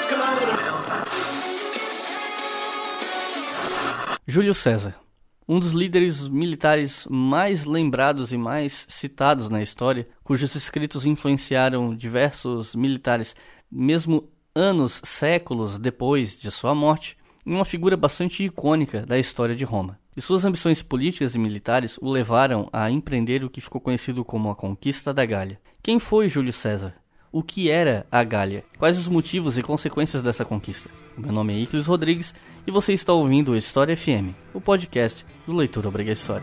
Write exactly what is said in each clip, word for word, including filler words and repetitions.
Júlio César, um dos líderes militares mais lembrados e mais citados na história, cujos escritos influenciaram diversos militares, mesmo anos, séculos depois de sua morte, e uma figura bastante icônica da história de Roma. E suas ambições políticas e militares o levaram a empreender o que ficou conhecido como a Conquista da Gália. Quem foi Júlio César? O que era a Gália? Quais os motivos e consequências dessa conquista? Meu nome é Iclis Rodrigues e você está ouvindo o História F M, o podcast do Leitura Obriga História.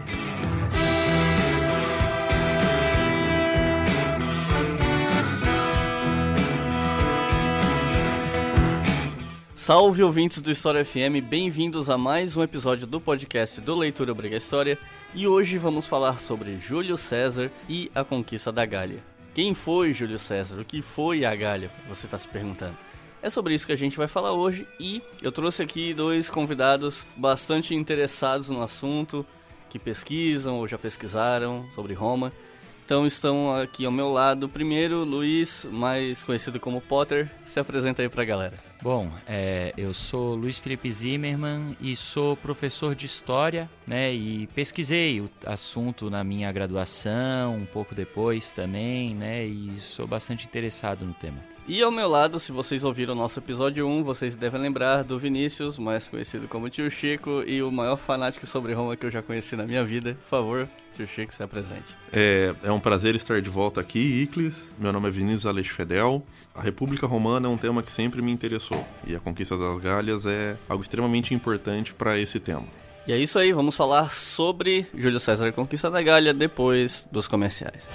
Salve ouvintes do História F M, bem-vindos a mais um episódio do podcast do Leitura Obriga História e hoje vamos falar sobre Júlio César e a Conquista da Gália. Quem foi Júlio César? O que foi a Gália? Você está se perguntando. É sobre isso que a gente vai falar hoje e eu trouxe aqui dois convidados bastante interessados no assunto, que pesquisam ou já pesquisaram sobre Roma. Então estão aqui ao meu lado. Primeiro, Luiz, mais conhecido como Potter, se apresenta aí pra galera. Bom, é, eu sou Luiz Felipe Zimmermann e sou professor de História, né, e pesquisei o assunto na minha graduação, um pouco depois também, né, e sou bastante interessado no tema. E ao meu lado, se vocês ouviram o nosso episódio um, vocês devem lembrar do Vinícius, mais conhecido como Tio Chico, e o maior fanático sobre Roma que eu já conheci na minha vida. Por favor, Tio Chico, se apresente. É, é um prazer estar de volta aqui, Iclis. Meu nome é Vinícius Aleixo Fedel. A República Romana é um tema que sempre me interessou, e a Conquista das Gálias é algo extremamente importante para esse tema. E é isso aí, vamos falar sobre Júlio César e a Conquista da Gália depois dos comerciais.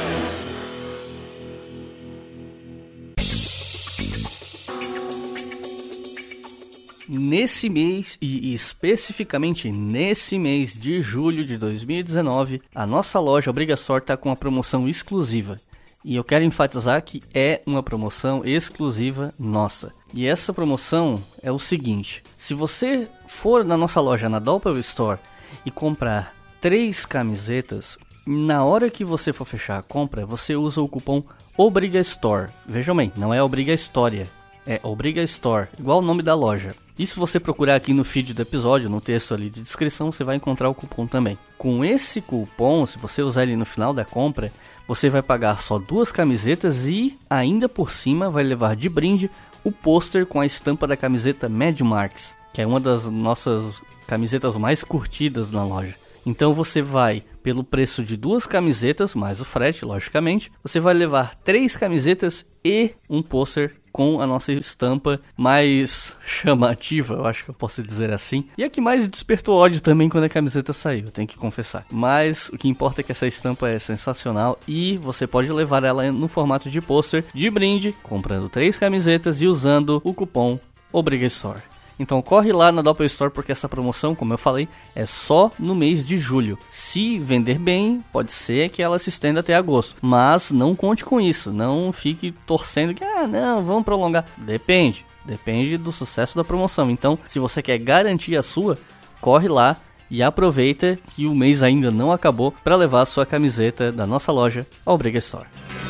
Nesse mês, e especificamente nesse mês de julho de dois mil e dezenove, a nossa loja Obriga Store está com uma promoção exclusiva. E eu quero enfatizar que é uma promoção exclusiva nossa. E essa promoção é o seguinte: se você for na nossa loja, na Doppel Store, e comprar três camisetas, na hora que você for fechar a compra, você usa o cupom ObrigaStore. Vejam bem, não é Obriga História, é Obriga Store, igual o nome da loja. E se você procurar aqui no feed do episódio, no texto ali de descrição, você vai encontrar o cupom também. Com esse cupom, se você usar ele no final da compra, você vai pagar só duas camisetas e, ainda por cima, vai levar de brinde o pôster com a estampa da camiseta Mad Marks, que é uma das nossas camisetas mais curtidas na loja. Então você vai, pelo preço de duas camisetas, mais o frete, logicamente, você vai levar três camisetas e um pôster com a nossa estampa mais chamativa, eu acho que eu posso dizer assim. E a que mais despertou ódio também quando a camiseta saiu, tenho que confessar. Mas o que importa é que essa estampa é sensacional e você pode levar ela no formato de pôster de brinde, comprando três camisetas e usando o cupom ObrigaStore. Então corre lá na Doppel Store porque essa promoção, como eu falei, é só no mês de julho. Se vender bem, pode ser que ela se estenda até agosto. Mas não conte com isso, não fique torcendo que, ah não, vamos prolongar. Depende, depende do sucesso da promoção. Então, se você quer garantir a sua, corre lá e aproveita que o mês ainda não acabou para levar a sua camiseta da nossa loja ao Obriga Store.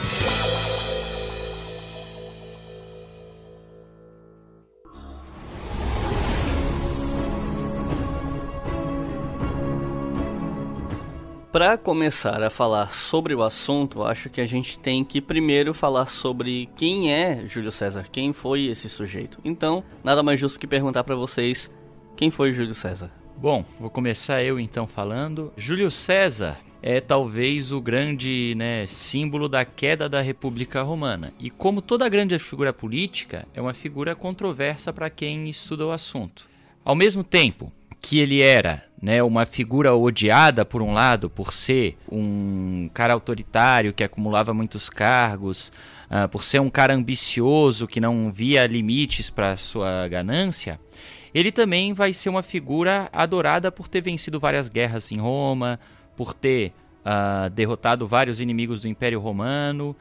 Para começar a falar sobre o assunto, acho que a gente tem que primeiro falar sobre quem é Júlio César, quem foi esse sujeito. Então, nada mais justo que perguntar para vocês, quem foi Júlio César? Bom, vou começar eu então falando. Júlio César é talvez o grande, né, símbolo da queda da República Romana. E como toda grande figura política, é uma figura controversa para quem estuda o assunto. Ao mesmo tempo que ele era, né, uma figura odiada por um lado por ser um cara autoritário que acumulava muitos cargos, uh, por ser um cara ambicioso que não via limites para sua ganância, ele também vai ser uma figura adorada por ter vencido várias guerras em Roma, por ter uh, derrotado vários inimigos do Império Romano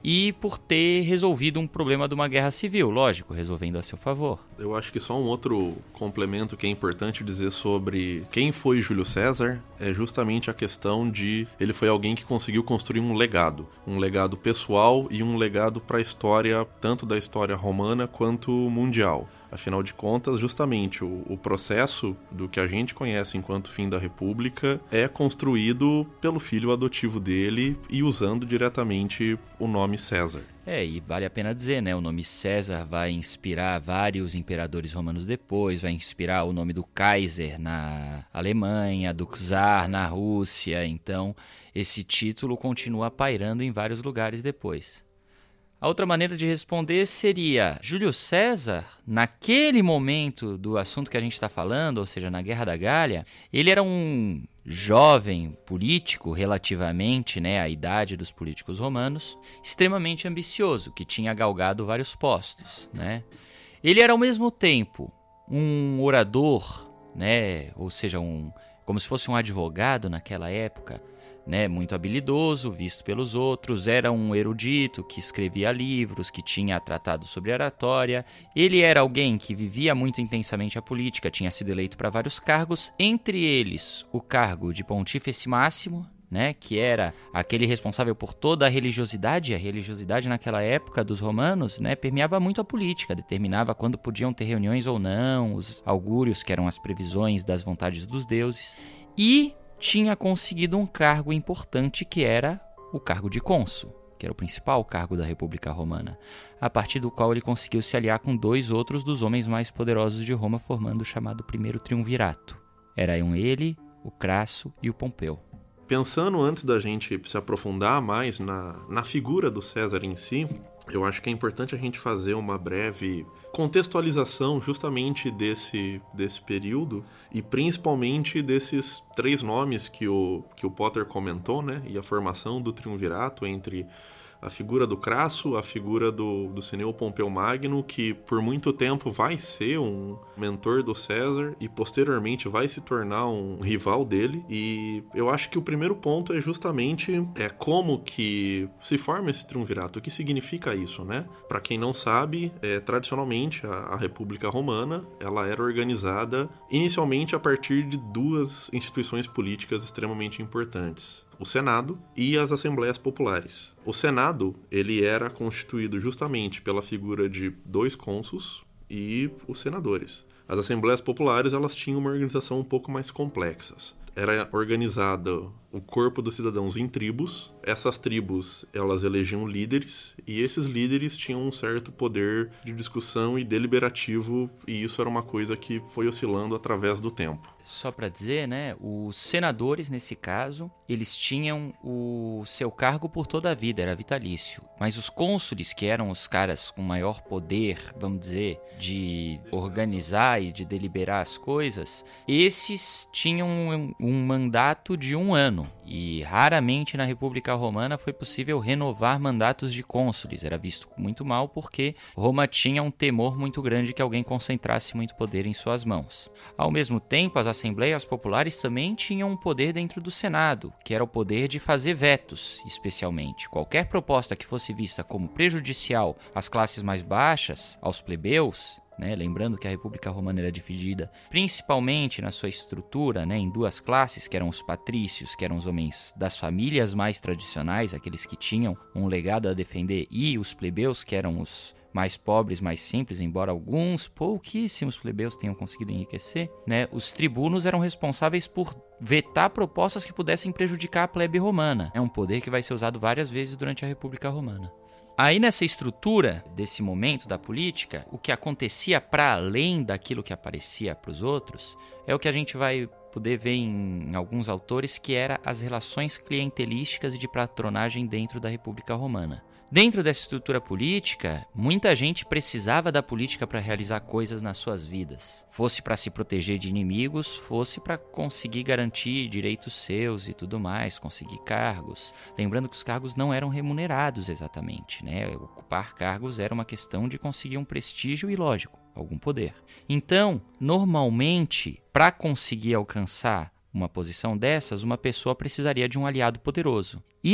e por ter resolvido um problema de uma guerra civil, lógico, resolvendo a seu favor. Eu acho que só um outro complemento que é importante dizer sobre quem foi Júlio César é justamente a questão de ele foi alguém que conseguiu construir um legado, um legado pessoal e um legado para a história, tanto da história romana quanto mundial. Afinal de contas, justamente o, o processo do que a gente conhece enquanto fim da República é construído pelo filho adotivo dele e usando diretamente o nome César. É, e vale a pena dizer, né? O nome César vai inspirar vários imperadores romanos depois, vai inspirar o nome do Kaiser na Alemanha, do Czar na Rússia. Então, esse título continua pairando em vários lugares depois. A outra maneira de responder seria: Júlio César, naquele momento do assunto que a gente está falando, ou seja, na Guerra da Gália, ele era um jovem político, relativamente, né, à idade dos políticos romanos, extremamente ambicioso, que tinha galgado vários postos, né? Ele era, ao mesmo tempo, um orador, né, ou seja, um, como se fosse um advogado naquela época, né, muito habilidoso, visto pelos outros, era um erudito que escrevia livros, que tinha tratado sobre oratória. Ele era alguém que vivia muito intensamente a política, tinha sido eleito para vários cargos, entre eles o cargo de Pontífice Máximo, né, que era aquele responsável por toda a religiosidade. A religiosidade naquela época dos romanos, né, permeava muito a política, determinava quando podiam ter reuniões ou não, os augúrios, que eram as previsões das vontades dos deuses, e tinha conseguido um cargo importante que era o cargo de cônsul, que era o principal cargo da República Romana, a partir do qual ele conseguiu se aliar com dois outros dos homens mais poderosos de Roma, formando o chamado Primeiro Triunvirato. Eram ele, o Crasso e o Pompeu. Pensando antes da gente se aprofundar mais na, na figura do César em si, eu acho que é importante a gente fazer uma breve contextualização justamente desse, desse período e principalmente desses três nomes que o, que o Potter comentou, né? E a formação do triunvirato entre a figura do Crasso, a figura do, do Cneo Pompeu Magno, que por muito tempo vai ser um mentor do César e posteriormente vai se tornar um rival dele. E eu acho que o primeiro ponto é justamente é como que se forma esse triunvirato, o que significa isso, né? Para quem não sabe, é, tradicionalmente a, a República Romana ela era organizada inicialmente a partir de duas instituições políticas extremamente importantes: o Senado e as Assembleias Populares. O Senado, ele era constituído justamente pela figura de dois cônsuls e os senadores. As Assembleias Populares, elas tinham uma organização um pouco mais complexa. Era organizada o corpo dos cidadãos em tribos. Essas tribos, elas elegiam líderes, e esses líderes tinham um certo poder de discussão e deliberativo, e isso era uma coisa que foi oscilando através do tempo. Só para dizer, né, os senadores, nesse caso, eles tinham o seu cargo por toda a vida, era vitalício. Mas os cônsules, que eram os caras com maior poder, vamos dizer, de organizar e de deliberar as coisas, esses tinham um, um mandato de um ano. E raramente na República Romana foi possível renovar mandatos de cônsules. Era visto muito mal porque Roma tinha um temor muito grande que alguém concentrasse muito poder em suas mãos. Ao mesmo tempo, as Assembleias Populares também tinham um poder dentro do Senado, que era o poder de fazer vetos, especialmente. Qualquer proposta que fosse vista como prejudicial às classes mais baixas, aos plebeus, né, lembrando que a República Romana era dividida principalmente na sua estrutura, né, em duas classes, que eram os patrícios, que eram os homens das famílias mais tradicionais, aqueles que tinham um legado a defender, e os plebeus, que eram os mais pobres, mais simples, embora alguns, pouquíssimos plebeus tenham conseguido enriquecer, né? Os tribunos eram responsáveis por vetar propostas que pudessem prejudicar a plebe romana. É um poder que vai ser usado várias vezes durante a República Romana. Aí nessa estrutura desse momento da política, o que acontecia para além daquilo que aparecia para os outros é o que a gente vai poder ver em, em alguns autores, que era as relações clientelísticas e de patronagem dentro da República Romana. Dentro dessa estrutura política, muita gente precisava da política para realizar coisas nas suas vidas. Fosse para se proteger de inimigos, fosse para conseguir garantir direitos seus e tudo mais, conseguir cargos. Lembrando que os cargos não eram remunerados exatamente, né? Ocupar cargos era uma questão de conseguir um prestígio e, lógico, algum poder. Então, normalmente, para conseguir alcançar uma posição dessas, uma pessoa precisaria de um aliado poderoso. E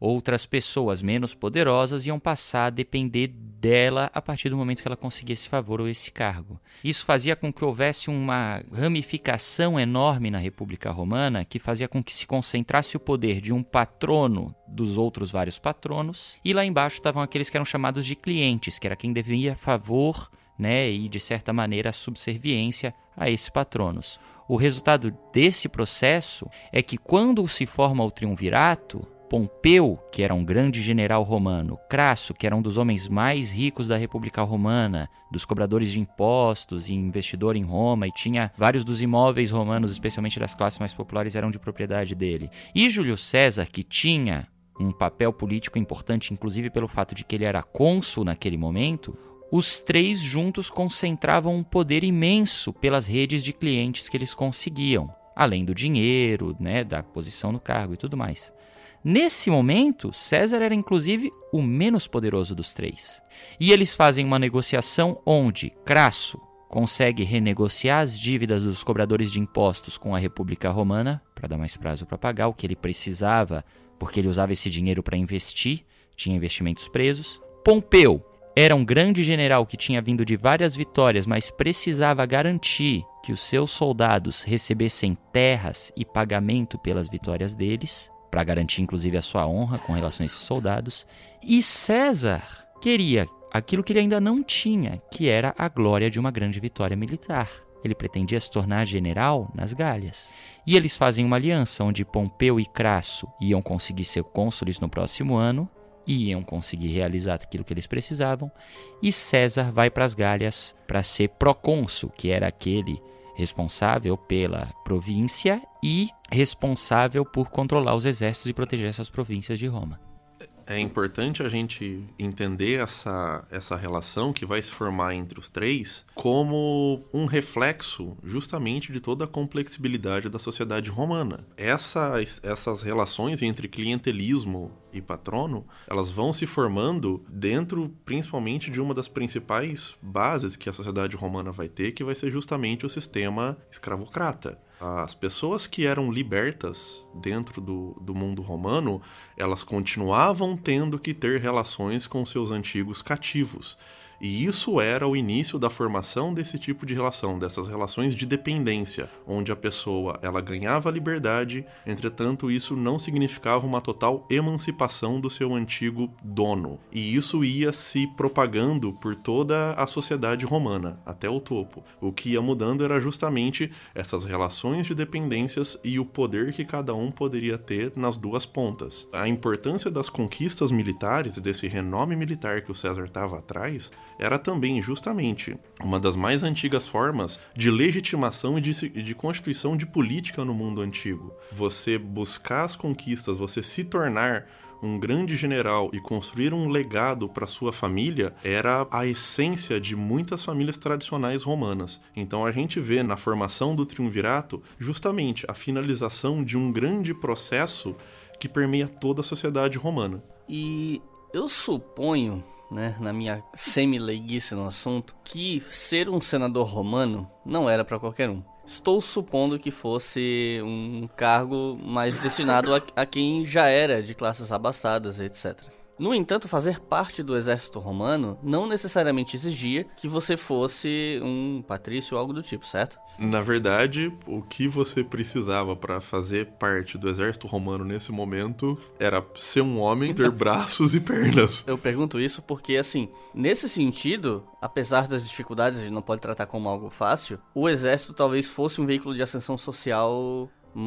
outras pessoas menos poderosas iam passar a depender dela a partir do momento que ela conseguia esse favor ou esse cargo. Isso fazia com que houvesse uma ramificação enorme na República Romana, que fazia com que se concentrasse o poder de um patrono dos outros vários patronos, e lá embaixo estavam aqueles que eram chamados de clientes, que era quem devia favor, né, e de certa maneira a subserviência a esses patronos. O resultado desse processo é que quando se forma o triunvirato, Pompeu, que era um grande general romano, Crasso, que era um dos homens mais ricos da República Romana, dos cobradores de impostos e investidor em Roma, e tinha vários dos imóveis romanos, especialmente das classes mais populares, eram de propriedade dele. E Júlio César, que tinha um papel político importante, inclusive pelo fato de que ele era cônsul naquele momento, os três juntos concentravam um poder imenso pelas redes de clientes que eles conseguiam, além do dinheiro, né, da posição no cargo e tudo mais. Nesse momento, César era inclusive o menos poderoso dos três. E eles fazem uma negociação onde Crasso consegue renegociar as dívidas dos cobradores de impostos com a República Romana, para dar mais prazo para pagar o que ele precisava, porque ele usava esse dinheiro para investir, tinha investimentos presos. Pompeu era um grande general que tinha vindo de várias vitórias, mas precisava garantir que os seus soldados recebessem terras e pagamento pelas vitórias deles, para garantir inclusive a sua honra com relação a esses soldados. E César queria aquilo que ele ainda não tinha, que era a glória de uma grande vitória militar. Ele pretendia se tornar general nas Gálias. E eles fazem uma aliança onde Pompeu e Crasso iam conseguir ser cônsules no próximo ano, e iam conseguir realizar aquilo que eles precisavam, e César vai para as Gálias para ser procônsul, que era aquele responsável pela província e responsável por controlar os exércitos e proteger essas províncias de Roma. É importante a gente entender essa, essa relação que vai se formar entre os três como um reflexo justamente de toda a complexibilidade da sociedade romana. Essas, essas relações entre clientelismo e patrono, elas vão se formando dentro principalmente de uma das principais bases que a sociedade romana vai ter, que vai ser justamente o sistema escravocrata. As pessoas que eram libertas dentro do, do mundo romano, elas continuavam tendo que ter relações com seus antigos cativos. E isso era o início da formação desse tipo de relação, dessas relações de dependência, onde a pessoa ela ganhava liberdade, entretanto isso não significava uma total emancipação do seu antigo dono. E isso ia se propagando por toda a sociedade romana, até o topo. O que ia mudando era justamente essas relações de dependências e o poder que cada um poderia ter nas duas pontas. A importância das conquistas militares e desse renome militar que o César estava atrás era também justamente uma das mais antigas formas de legitimação e de, de constituição de política no mundo antigo. Você buscar as conquistas, você se tornar um grande general e construir um legado para sua família era a essência de muitas famílias tradicionais romanas. Então a gente vê na formação do triunvirato justamente a finalização de um grande processo que permeia toda a sociedade romana. E eu suponho, né, na minha semi-leiguice no assunto, que ser um senador romano não era para qualquer um. Estou supondo que fosse um cargo mais destinado a, a quem já era de classes abastadas, etcétera. No entanto, fazer parte do exército romano não necessariamente exigia que você fosse um patrício ou algo do tipo, certo? Na verdade, o que você precisava para fazer parte do exército romano nesse momento era ser um homem, ter braços e pernas. Eu pergunto isso porque, assim, nesse sentido, apesar das dificuldades, a gente não pode tratar como algo fácil, o exército talvez fosse um veículo de ascensão social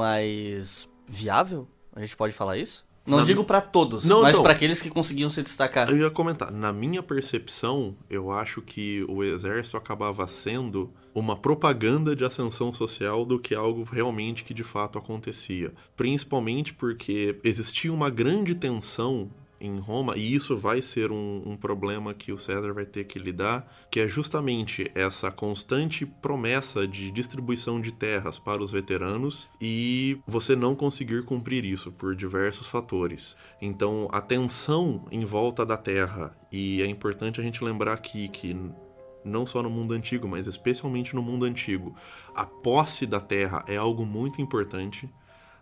mais viável? A gente pode falar isso? Não na... digo pra todos, não, mas então, pra aqueles que conseguiam se destacar. Eu ia comentar, na minha percepção, eu acho que o exército acabava sendo uma propaganda de ascensão social do que algo realmente que de fato acontecia. Principalmente porque existia uma grande tensão em Roma, e isso vai ser um, um problema que o César vai ter que lidar, que é justamente essa constante promessa de distribuição de terras para os veteranos e você não conseguir cumprir isso por diversos fatores. Então, a tensão em volta da terra, e é importante a gente lembrar aqui que não só no mundo antigo, mas especialmente no mundo antigo, a posse da terra é algo muito importante.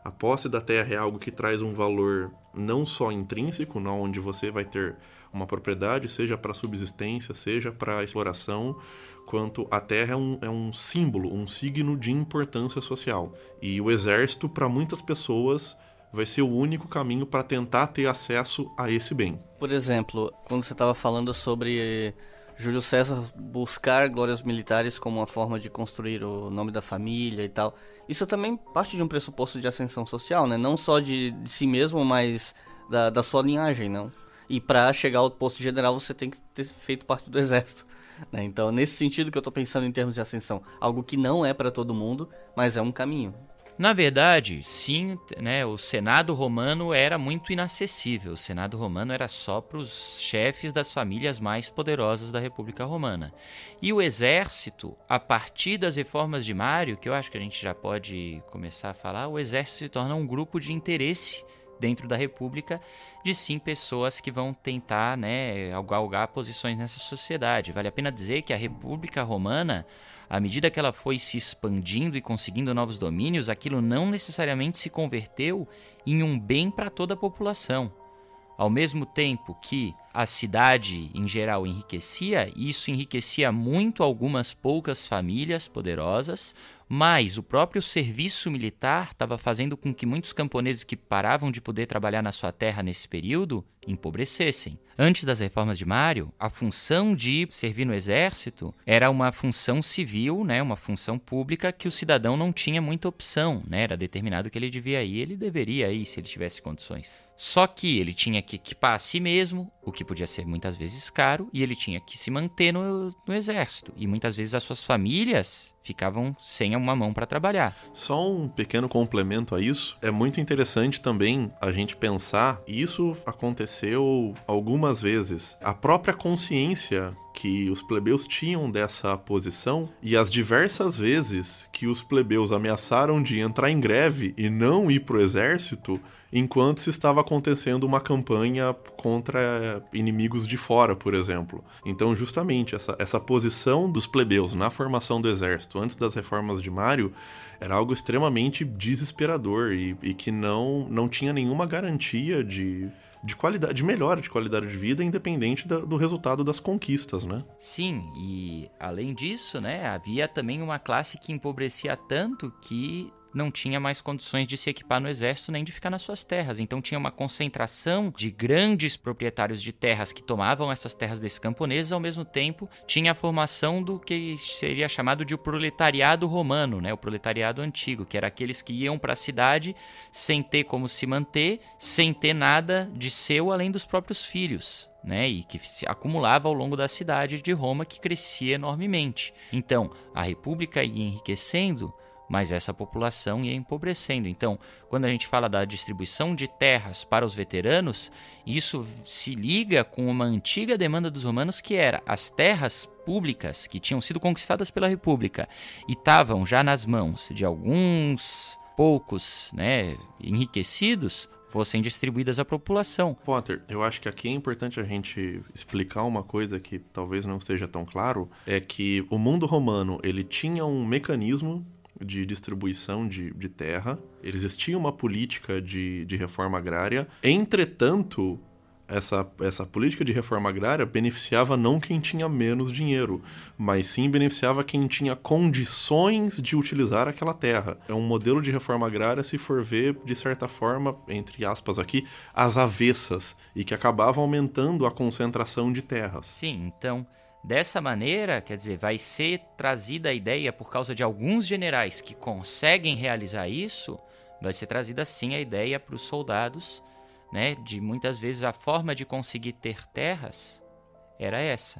A posse da terra é algo que traz um valor não só intrínseco, não, onde você vai ter uma propriedade, seja para subsistência, seja para exploração, quanto a terra é um, é um símbolo, um signo de importância social. E o exército, para muitas pessoas, vai ser o único caminho para tentar ter acesso a esse bem. Por exemplo, quando você estava falando sobre Júlio César buscar glórias militares como uma forma de construir o nome da família e tal, isso também parte de um pressuposto de ascensão social, né? Não só de, de si mesmo, mas da, da sua linhagem, não? E para chegar ao posto de general você tem que ter feito parte do exército, né? Então, nesse sentido que eu estou pensando em termos de ascensão, algo que não é para todo mundo, mas é um caminho. Na verdade, sim, né, o Senado romano era muito inacessível. O Senado romano era só para os chefes das famílias mais poderosas da República Romana. E o exército, a partir das reformas de Mário, que eu acho que a gente já pode começar a falar, o exército se torna um grupo de interesse dentro da República, de sim pessoas que vão tentar, né, galgar posições nessa sociedade. Vale a pena dizer que a República Romana, à medida que ela foi se expandindo e conseguindo novos domínios, aquilo não necessariamente se converteu em um bem para toda a população. Ao mesmo tempo que a cidade em geral enriquecia, isso enriquecia muito algumas poucas famílias poderosas, mas o próprio serviço militar estava fazendo com que muitos camponeses que paravam de poder trabalhar na sua terra nesse período empobrecessem. Antes das reformas de Mário, a função de servir no exército era uma função civil, né, uma função pública que o cidadão não tinha muita opção, né, era determinado que ele devia ir, ele deveria ir se ele tivesse condições. Só que ele tinha que equipar a si mesmo, o que podia ser muitas vezes caro, e ele tinha que se manter no, no exército. E muitas vezes as suas famílias ficavam sem uma mão para trabalhar. Só um pequeno complemento a isso. É muito interessante também a gente pensar, e isso aconteceu algumas vezes, a própria consciência que os plebeus tinham dessa posição e as diversas vezes que os plebeus ameaçaram de entrar em greve e não ir pro exército enquanto se estava acontecendo uma campanha contra inimigos de fora, por exemplo. Então, justamente, essa, essa posição dos plebeus na formação do exército antes das reformas de Mário era algo extremamente desesperador e, e que não, não tinha nenhuma garantia de, de, qualidade, de melhora de qualidade de vida, independente da, do resultado das conquistas, né? Sim, e além disso, né, havia também uma classe que empobrecia tanto que não tinha mais condições de se equipar no exército nem de ficar nas suas terras. Então tinha uma concentração de grandes proprietários de terras que tomavam essas terras desses camponeses, ao mesmo tempo tinha a formação do que seria chamado de o proletariado romano, né? O proletariado antigo, que era aqueles que iam para a cidade sem ter como se manter, sem ter nada de seu além dos próprios filhos, né, e que se acumulava ao longo da cidade de Roma, que crescia enormemente. Então, a República ia enriquecendo, mas essa população ia empobrecendo. Então, quando a gente fala da distribuição de terras para os veteranos, isso se liga com uma antiga demanda dos romanos, que era as terras públicas que tinham sido conquistadas pela República e estavam já nas mãos de alguns poucos, né, enriquecidos, fossem distribuídas à população. Potter, eu acho que aqui é importante a gente explicar uma coisa que talvez não esteja tão claro, é que o mundo romano, ele tinha um mecanismo de distribuição de, de terra, existia uma política de, de reforma agrária, entretanto, essa, essa política de reforma agrária beneficiava não quem tinha menos dinheiro, mas sim beneficiava quem tinha condições de utilizar aquela terra. É um modelo de reforma agrária, se for ver, de certa forma, entre aspas aqui, as avessas, e que acabava aumentando a concentração de terras. Sim, então, dessa maneira, quer dizer, vai ser trazida a ideia, por causa de alguns generais que conseguem realizar isso, vai ser trazida sim a ideia para os soldados, né, de muitas vezes a forma de conseguir ter terras era essa.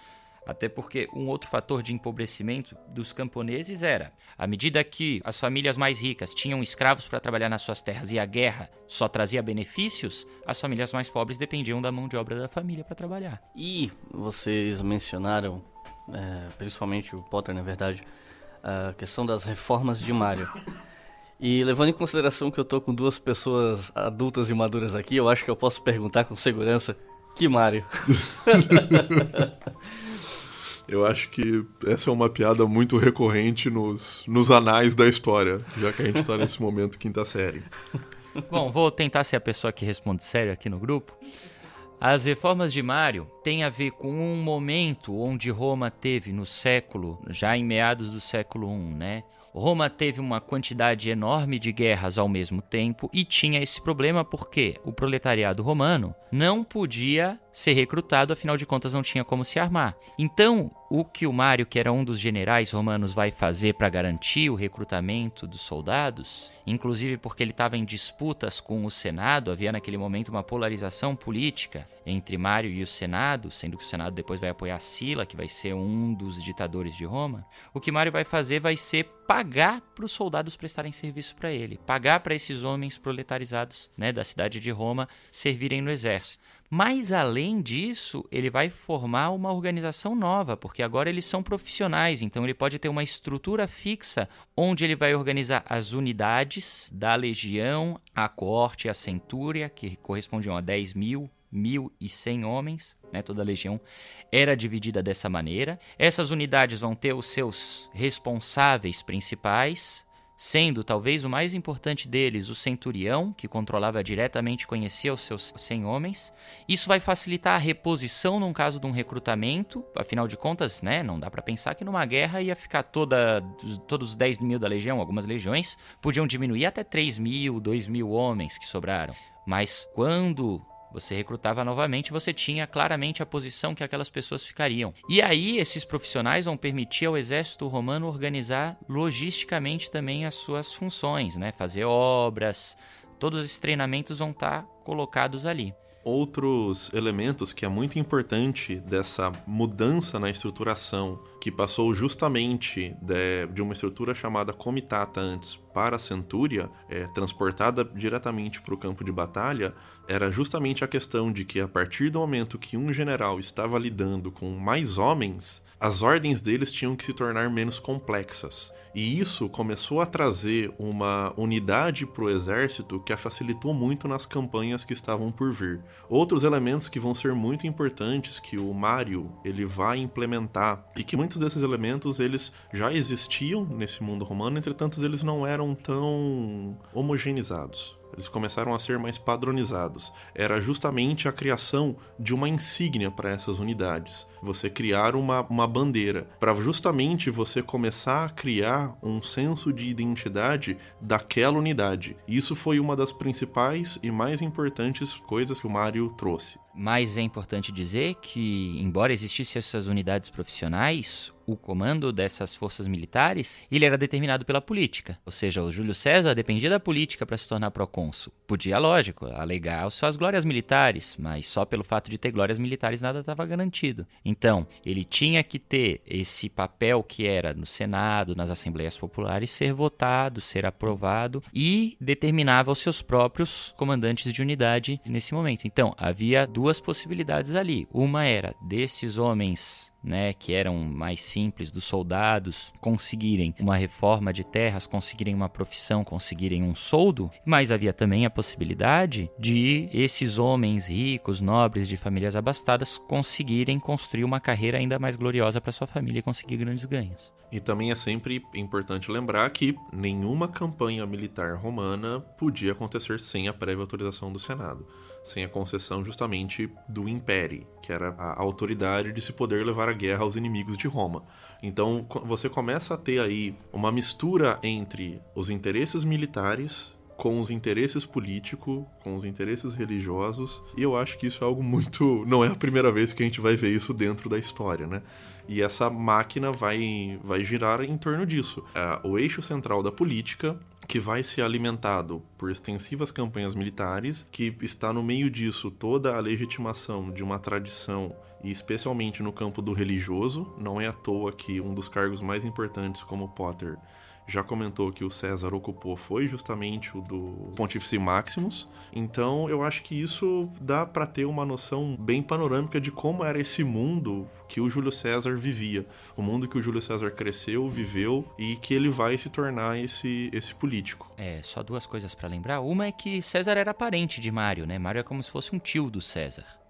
Até porque um outro fator de empobrecimento dos camponeses era, à medida que as famílias mais ricas tinham escravos para trabalhar nas suas terras e a guerra só trazia benefícios, as famílias mais pobres dependiam da mão de obra da família para trabalhar. E vocês mencionaram, é, principalmente o Potter, na verdade, a questão das reformas de Mário. E levando em consideração que eu tô com duas pessoas adultas e maduras aqui, eu acho que eu posso perguntar com segurança: que Mário? Eu acho que essa é uma piada muito recorrente nos, nos anais da história, já que a gente tá nesse momento quinta série. Bom, vou tentar ser a pessoa que responde sério aqui no grupo. As reformas de Mário têm a ver com um momento onde Roma teve no século, já em meados do século I, né? Roma teve uma quantidade enorme de guerras ao mesmo tempo e tinha esse problema porque o proletariado romano não podia ser recrutado, afinal de contas não tinha como se armar. Então, o que o Mário, que era um dos generais romanos, vai fazer para garantir o recrutamento dos soldados, inclusive porque ele estava em disputas com o Senado, havia naquele momento uma polarização política entre Mário e o Senado, sendo que o Senado depois vai apoiar Sila, que vai ser um dos ditadores de Roma. O que Mário vai fazer vai ser pagar para os soldados prestarem serviço para ele, pagar para esses homens proletarizados, né, da cidade de Roma servirem no exército. Mas, além disso, ele vai formar uma organização nova, porque agora eles são profissionais, então ele pode ter uma estrutura fixa onde ele vai organizar as unidades da legião, a coorte e a centúria, que correspondiam a dez mil, mil e cem homens, né? Toda a legião era dividida dessa maneira. Essas unidades vão ter os seus responsáveis principais, sendo talvez o mais importante deles o centurião, que controlava diretamente e conhecia os seus cem homens. Isso vai facilitar a reposição num caso de um recrutamento, afinal de contas, né, não dá para pensar que numa guerra ia ficar toda, todos os dez mil da legião, algumas legiões podiam diminuir até três mil, dois mil homens que sobraram. Mas quando você recrutava novamente, você tinha claramente a posição que aquelas pessoas ficariam. E aí, esses profissionais vão permitir ao exército romano organizar logisticamente também as suas funções, né? Fazer obras, todos esses treinamentos vão estar colocados ali. Outros elementos que é muito importante dessa mudança na estruturação, que passou justamente de, de uma estrutura chamada comitata antes para a centúria, é, transportada diretamente para o campo de batalha, era justamente a questão de que a partir do momento que um general estava lidando com mais homens, as ordens deles tinham que se tornar menos complexas. E isso começou a trazer uma unidade para o exército que a facilitou muito nas campanhas que estavam por vir. Outros elementos que vão ser muito importantes que o Mário ele vai implementar, e que muitos desses elementos eles já existiam nesse mundo romano, entretanto eles não eram tão homogeneizados. Eles começaram a ser mais padronizados. Era justamente a criação de uma insígnia para essas unidades. Você criar uma, uma bandeira, para justamente você começar a criar um senso de identidade daquela unidade. Isso foi uma das principais e mais importantes coisas que o Mário trouxe. Mas é importante dizer que, embora existissem essas unidades profissionais, o comando dessas forças militares, ele era determinado pela política. Ou seja, o Júlio César dependia da política para se tornar procônsul. Podia, lógico, alegar suas glórias militares, mas só pelo fato de ter glórias militares nada estava garantido. Então, ele tinha que ter esse papel que era no Senado, nas Assembleias Populares, ser votado, ser aprovado, e determinava os seus próprios comandantes de unidade nesse momento. Então, havia duas duas possibilidades ali. Uma era desses homens, né, que eram mais simples, dos soldados, conseguirem uma reforma de terras, conseguirem uma profissão, conseguirem um soldo, mas havia também a possibilidade de esses homens ricos, nobres, de famílias abastadas, conseguirem construir uma carreira ainda mais gloriosa para sua família e conseguir grandes ganhos. E também é sempre importante lembrar que nenhuma campanha militar romana podia acontecer sem a prévia autorização do Senado, sem a concessão justamente do Império, que era a autoridade de se poder levar a guerra aos inimigos de Roma. Então você começa a ter aí uma mistura entre os interesses militares com os interesses políticos, com os interesses religiosos, e eu acho que isso é algo muito... não é a primeira vez que a gente vai ver isso dentro da história, né? E essa máquina vai, vai girar em torno disso. É o eixo central da política, que vai ser alimentado por extensivas campanhas militares, que está no meio disso toda a legitimação de uma tradição, e especialmente no campo do religioso. Não é à toa que um dos cargos mais importantes, como Potter já comentou que o César ocupou, foi justamente o do Pontífice Maximus. Então eu acho que isso dá para ter uma noção bem panorâmica de como era esse mundo que o Júlio César vivia, o mundo que o Júlio César cresceu, viveu, e que ele vai se tornar esse, esse político. É, só duas coisas para lembrar. Uma é que César era parente de Mário, né? Mário é como se fosse um tio do César.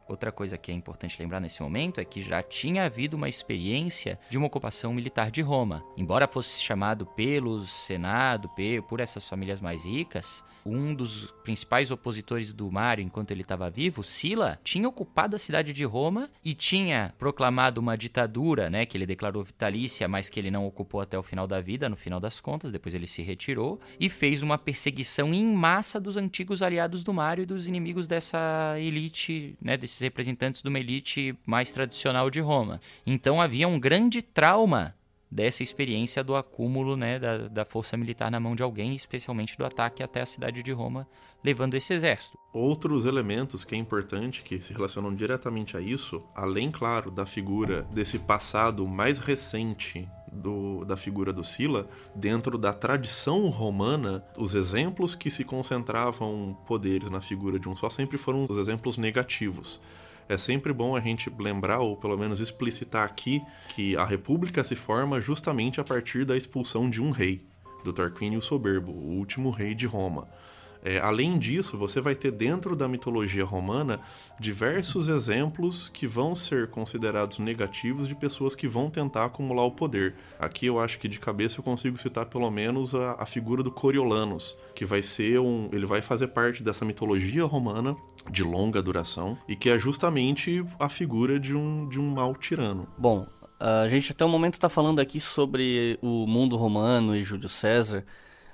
Outra coisa que é importante lembrar nesse momento é que já tinha havido uma experiência de uma ocupação militar de Roma. Embora fosse chamado pelo Senado, por essas famílias mais ricas, um dos principais opositores do Mário, enquanto ele estava vivo, Sila, tinha ocupado a cidade de Roma e tinha proclamado uma ditadura, né, que ele declarou vitalícia, mas que ele não ocupou até o final da vida, no final das contas, depois ele se retirou, e fez uma perseguição em massa dos antigos aliados do Mário e dos inimigos dessa elite, né, desses representantes de uma elite mais tradicional de Roma. Então havia um grande trauma dessa experiência do acúmulo, né, da, da força militar na mão de alguém, especialmente do ataque até a cidade de Roma, levando esse exército. Outros elementos que é importante, que se relacionam diretamente a isso, além, claro, da figura desse passado mais recente do, da figura do Sila, dentro da tradição romana, os exemplos que se concentravam poderes na figura de um só sempre foram os exemplos negativos. É sempre bom a gente lembrar, ou pelo menos explicitar aqui, que a República se forma justamente a partir da expulsão de um rei, do Tarquínio Soberbo, o último rei de Roma. É, além disso, você vai ter dentro da mitologia romana diversos exemplos que vão ser considerados negativos de pessoas que vão tentar acumular o poder. Aqui eu acho que de cabeça eu consigo citar pelo menos a, a figura do Coriolanus, que vai ser um, ele vai fazer parte dessa mitologia romana de longa duração e que é justamente a figura de um, de um mau tirano. Bom, a gente até o momento está falando aqui sobre o mundo romano e Júlio César,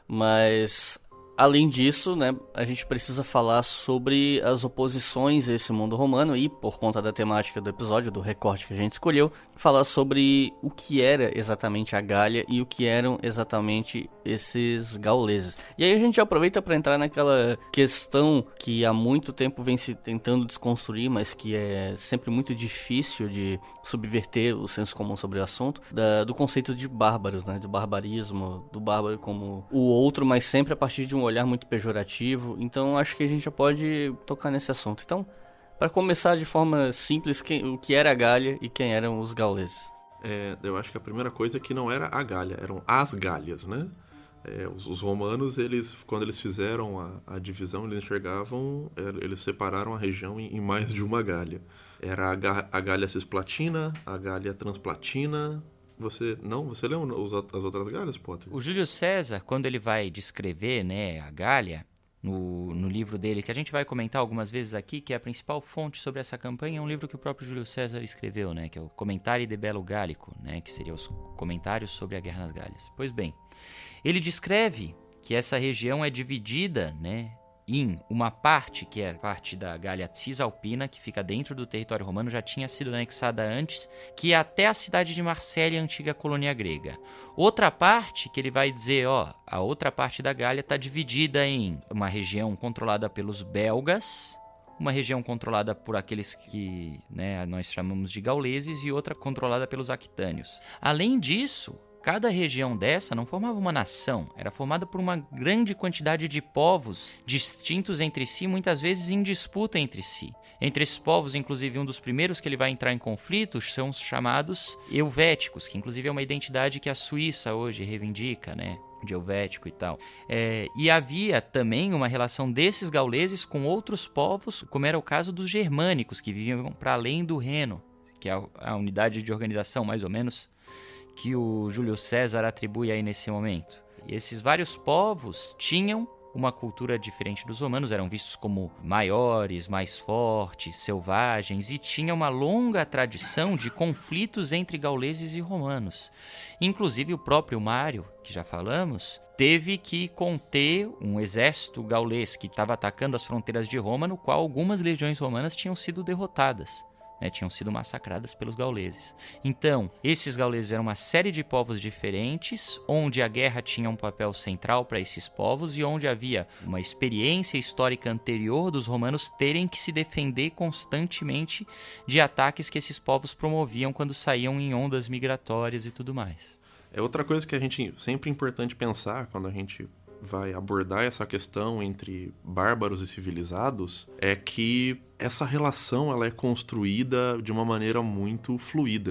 mas além disso, né, a gente precisa falar sobre as oposições a esse mundo romano e, por conta da temática do episódio, do recorte que a gente escolheu, falar sobre o que era exatamente a Gália e o que eram exatamente esses gauleses. E aí a gente aproveita para entrar naquela questão que há muito tempo vem se tentando desconstruir, mas que é sempre muito difícil de subverter o senso comum sobre o assunto, da, do conceito de bárbaros, né, do barbarismo, do bárbaro como o outro, mas sempre a partir de um olhar muito pejorativo. Então acho que a gente já pode tocar nesse assunto. Então, para começar de forma simples, quem, o que era a Gália e quem eram os gauleses? É, eu acho que a primeira coisa é que não era a Gália, eram as Gálias, né? É, os, os romanos, eles, quando eles fizeram a, a divisão, eles enxergavam, eles separaram a região em, em mais de uma Gália. Era a, Gá, a Gália Cisplatina, a Gália Transplatina. Você não? Você leu os, as outras Gálias, Potter? O Júlio César, quando ele vai descrever, né, a Gália, no, no livro dele, que a gente vai comentar algumas vezes aqui, que é a principal fonte sobre essa campanha, é um livro que o próprio Júlio César escreveu, né, que é o Commentarii de Bello Gallico, né, que seria os comentários sobre a Guerra nas Gálias. Pois bem, ele descreve que essa região é dividida, né, em uma parte, que é a parte da Gália Cisalpina, que fica dentro do território romano, já tinha sido anexada antes, que é até a cidade de Marsella, a antiga colônia grega. Outra parte, que ele vai dizer, ó, a outra parte da Gália está dividida em uma região controlada pelos belgas, uma região controlada por aqueles que, né, nós chamamos de gauleses, e outra controlada pelos aquitânios. Além disso, cada região dessa não formava uma nação, era formada por uma grande quantidade de povos distintos entre si, muitas vezes em disputa entre si. Entre esses povos, inclusive, um dos primeiros que ele vai entrar em conflitos são os chamados helvéticos, que inclusive é uma identidade que a Suíça hoje reivindica, né? De helvético e tal. É, e havia também uma relação desses gauleses com outros povos, como era o caso dos germânicos, que viviam para além do Reno, que é a, a unidade de organização, mais ou menos, que o Júlio César atribui aí nesse momento. E esses vários povos tinham uma cultura diferente dos romanos, eram vistos como maiores, mais fortes, selvagens, e tinha uma longa tradição de conflitos entre gauleses e romanos. Inclusive o próprio Mário, que já falamos, teve que conter um exército gaulês que estava atacando as fronteiras de Roma, no qual algumas legiões romanas tinham sido derrotadas. Né, tinham sido massacradas pelos gauleses. Então, esses gauleses eram uma série de povos diferentes, onde a guerra tinha um papel central para esses povos e onde havia uma experiência histórica anterior dos romanos terem que se defender constantemente de ataques que esses povos promoviam quando saíam em ondas migratórias e tudo mais. É outra coisa que a gente sempre é importante pensar quando a gente vai abordar essa questão entre bárbaros e civilizados, é que essa relação ela é construída de uma maneira muito fluida.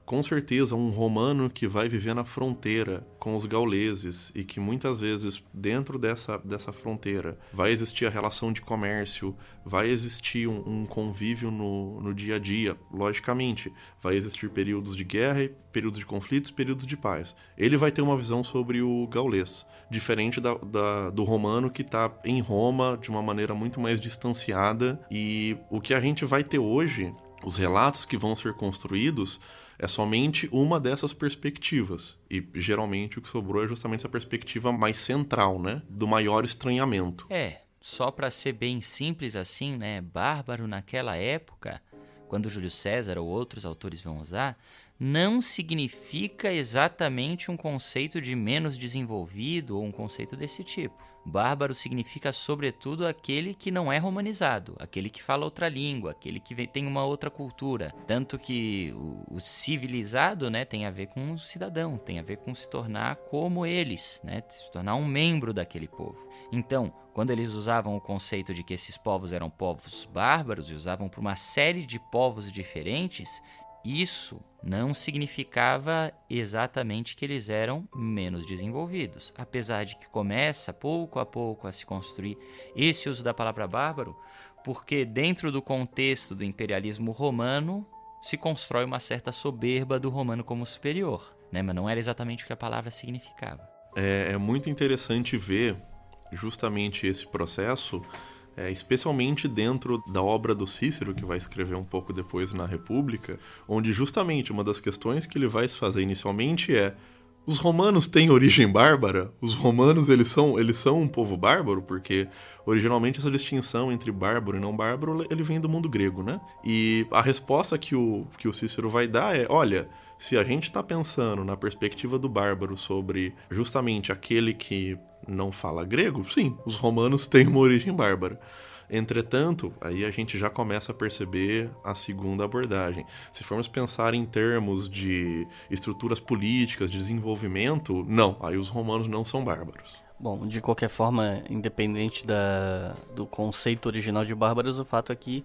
com certeza um romano que vai viver na fronteira com os gauleses e que muitas vezes dentro dessa, dessa fronteira vai existir a relação de comércio, vai existir um, um convívio no, no dia a dia, logicamente, vai existir períodos de guerra, períodos de conflitos, períodos de paz. Ele vai ter uma visão sobre o gaulês, diferente da, da, do romano que está em Roma de uma maneira muito mais distanciada, e o que a gente vai ter hoje, os relatos que vão ser construídos, é somente uma dessas perspectivas. E geralmente o que sobrou é justamente essa perspectiva mais central, né? Do maior estranhamento. É, só para ser bem simples assim, né? Bárbaro naquela época, quando Júlio César ou outros autores vão usar, não significa exatamente um conceito de menos desenvolvido ou um conceito desse tipo. Bárbaro significa, sobretudo, aquele que não é romanizado, aquele que fala outra língua, aquele que tem uma outra cultura. Tanto que o, o civilizado, né, tem a ver com o cidadão, tem a ver com se tornar como eles, né, se tornar um membro daquele povo. Então, quando eles usavam o conceito de que esses povos eram povos bárbaros e usavam para uma série de povos diferentes, isso não significava exatamente que eles eram menos desenvolvidos, apesar de que começa pouco a pouco a se construir esse uso da palavra bárbaro, porque dentro do contexto do imperialismo romano se constrói uma certa soberba do romano como superior, né? Mas não era exatamente o que a palavra significava. É, é muito interessante ver justamente esse processo, É, especialmente dentro da obra do Cícero, que vai escrever um pouco depois na República, onde justamente uma das questões que ele vai se fazer inicialmente é: os romanos têm origem bárbara? Os romanos eles são, eles são um povo bárbaro? Porque originalmente essa distinção entre bárbaro e não bárbaro ele vem do mundo grego, né? E a resposta que o, que o Cícero vai dar é: olha, se a gente está pensando na perspectiva do bárbaro sobre justamente aquele que não fala grego, sim, os romanos têm uma origem bárbara. Entretanto, aí a gente já começa a perceber a segunda abordagem. Se formos pensar em termos de estruturas políticas, de desenvolvimento, não, aí os romanos não são bárbaros. Bom, de qualquer forma, independente da, do conceito original de bárbaros, o fato é que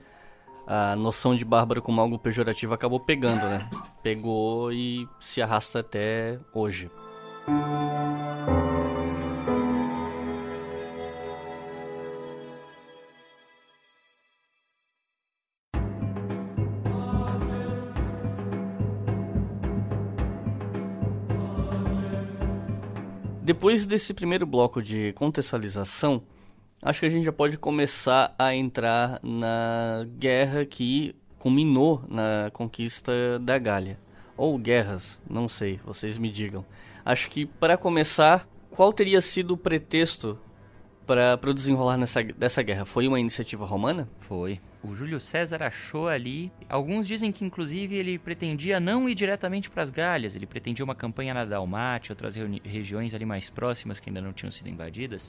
a noção de bárbaro como algo pejorativo acabou pegando, né? Pegou e se arrasta até hoje. Depois desse primeiro bloco de contextualização, acho que a gente já pode começar a entrar na guerra que culminou na conquista da Gália. Ou guerras, não sei, vocês me digam. Acho que, para começar, qual teria sido o pretexto para o desenrolar nessa, dessa guerra? Foi uma iniciativa romana? Foi. O Júlio César achou ali... Alguns dizem que, inclusive, ele pretendia não ir diretamente para as Gálias. Ele pretendia uma campanha na Dalmácia, outras regiões ali mais próximas que ainda não tinham sido invadidas.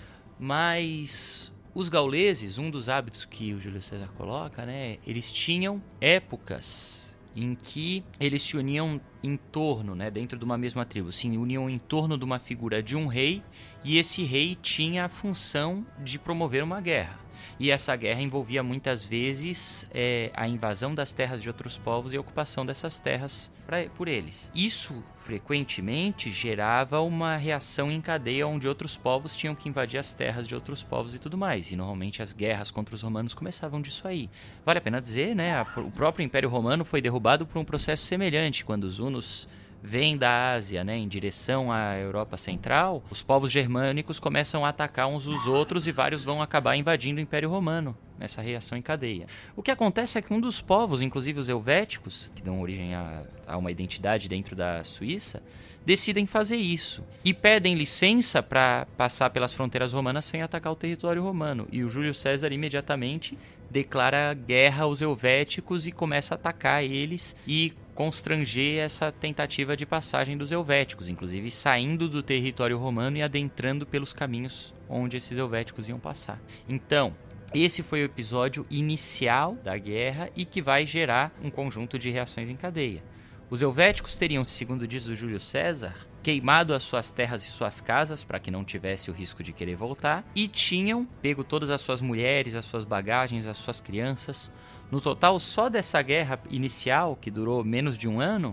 Mas os gauleses, um dos hábitos que o Júlio César coloca, né, eles tinham épocas em que eles se uniam em torno, né, dentro de uma mesma tribo, se uniam em torno de uma figura de um rei, e esse rei tinha a função de promover uma guerra. E essa guerra envolvia muitas vezes é, a invasão das terras de outros povos e a ocupação dessas terras pra, por eles. Isso, frequentemente, gerava uma reação em cadeia onde outros povos tinham que invadir as terras de outros povos e tudo mais. E normalmente as guerras contra os romanos começavam disso aí. Vale a pena dizer, né? A, o próprio Império Romano foi derrubado por um processo semelhante, quando os hunos vêm da Ásia, né, em direção à Europa Central, os povos germânicos começam a atacar uns os outros e vários vão acabar invadindo o Império Romano, nessa reação em cadeia. O que acontece é que um dos povos, inclusive os helvéticos, que dão origem a, a uma identidade dentro da Suíça, decidem fazer isso e pedem licença para passar pelas fronteiras romanas sem atacar o território romano. E o Júlio César imediatamente declara guerra aos helvéticos e começa a atacar eles e constranger essa tentativa de passagem dos helvéticos, inclusive saindo do território romano e adentrando pelos caminhos onde esses helvéticos iam passar. Então, esse foi o episódio inicial da guerra e que vai gerar um conjunto de reações em cadeia. Os helvéticos teriam, segundo diz o Júlio César, queimado as suas terras e suas casas para que não tivesse o risco de querer voltar, e tinham pego todas as suas mulheres, as suas bagagens, as suas crianças. No total, só dessa guerra inicial, que durou menos de um ano,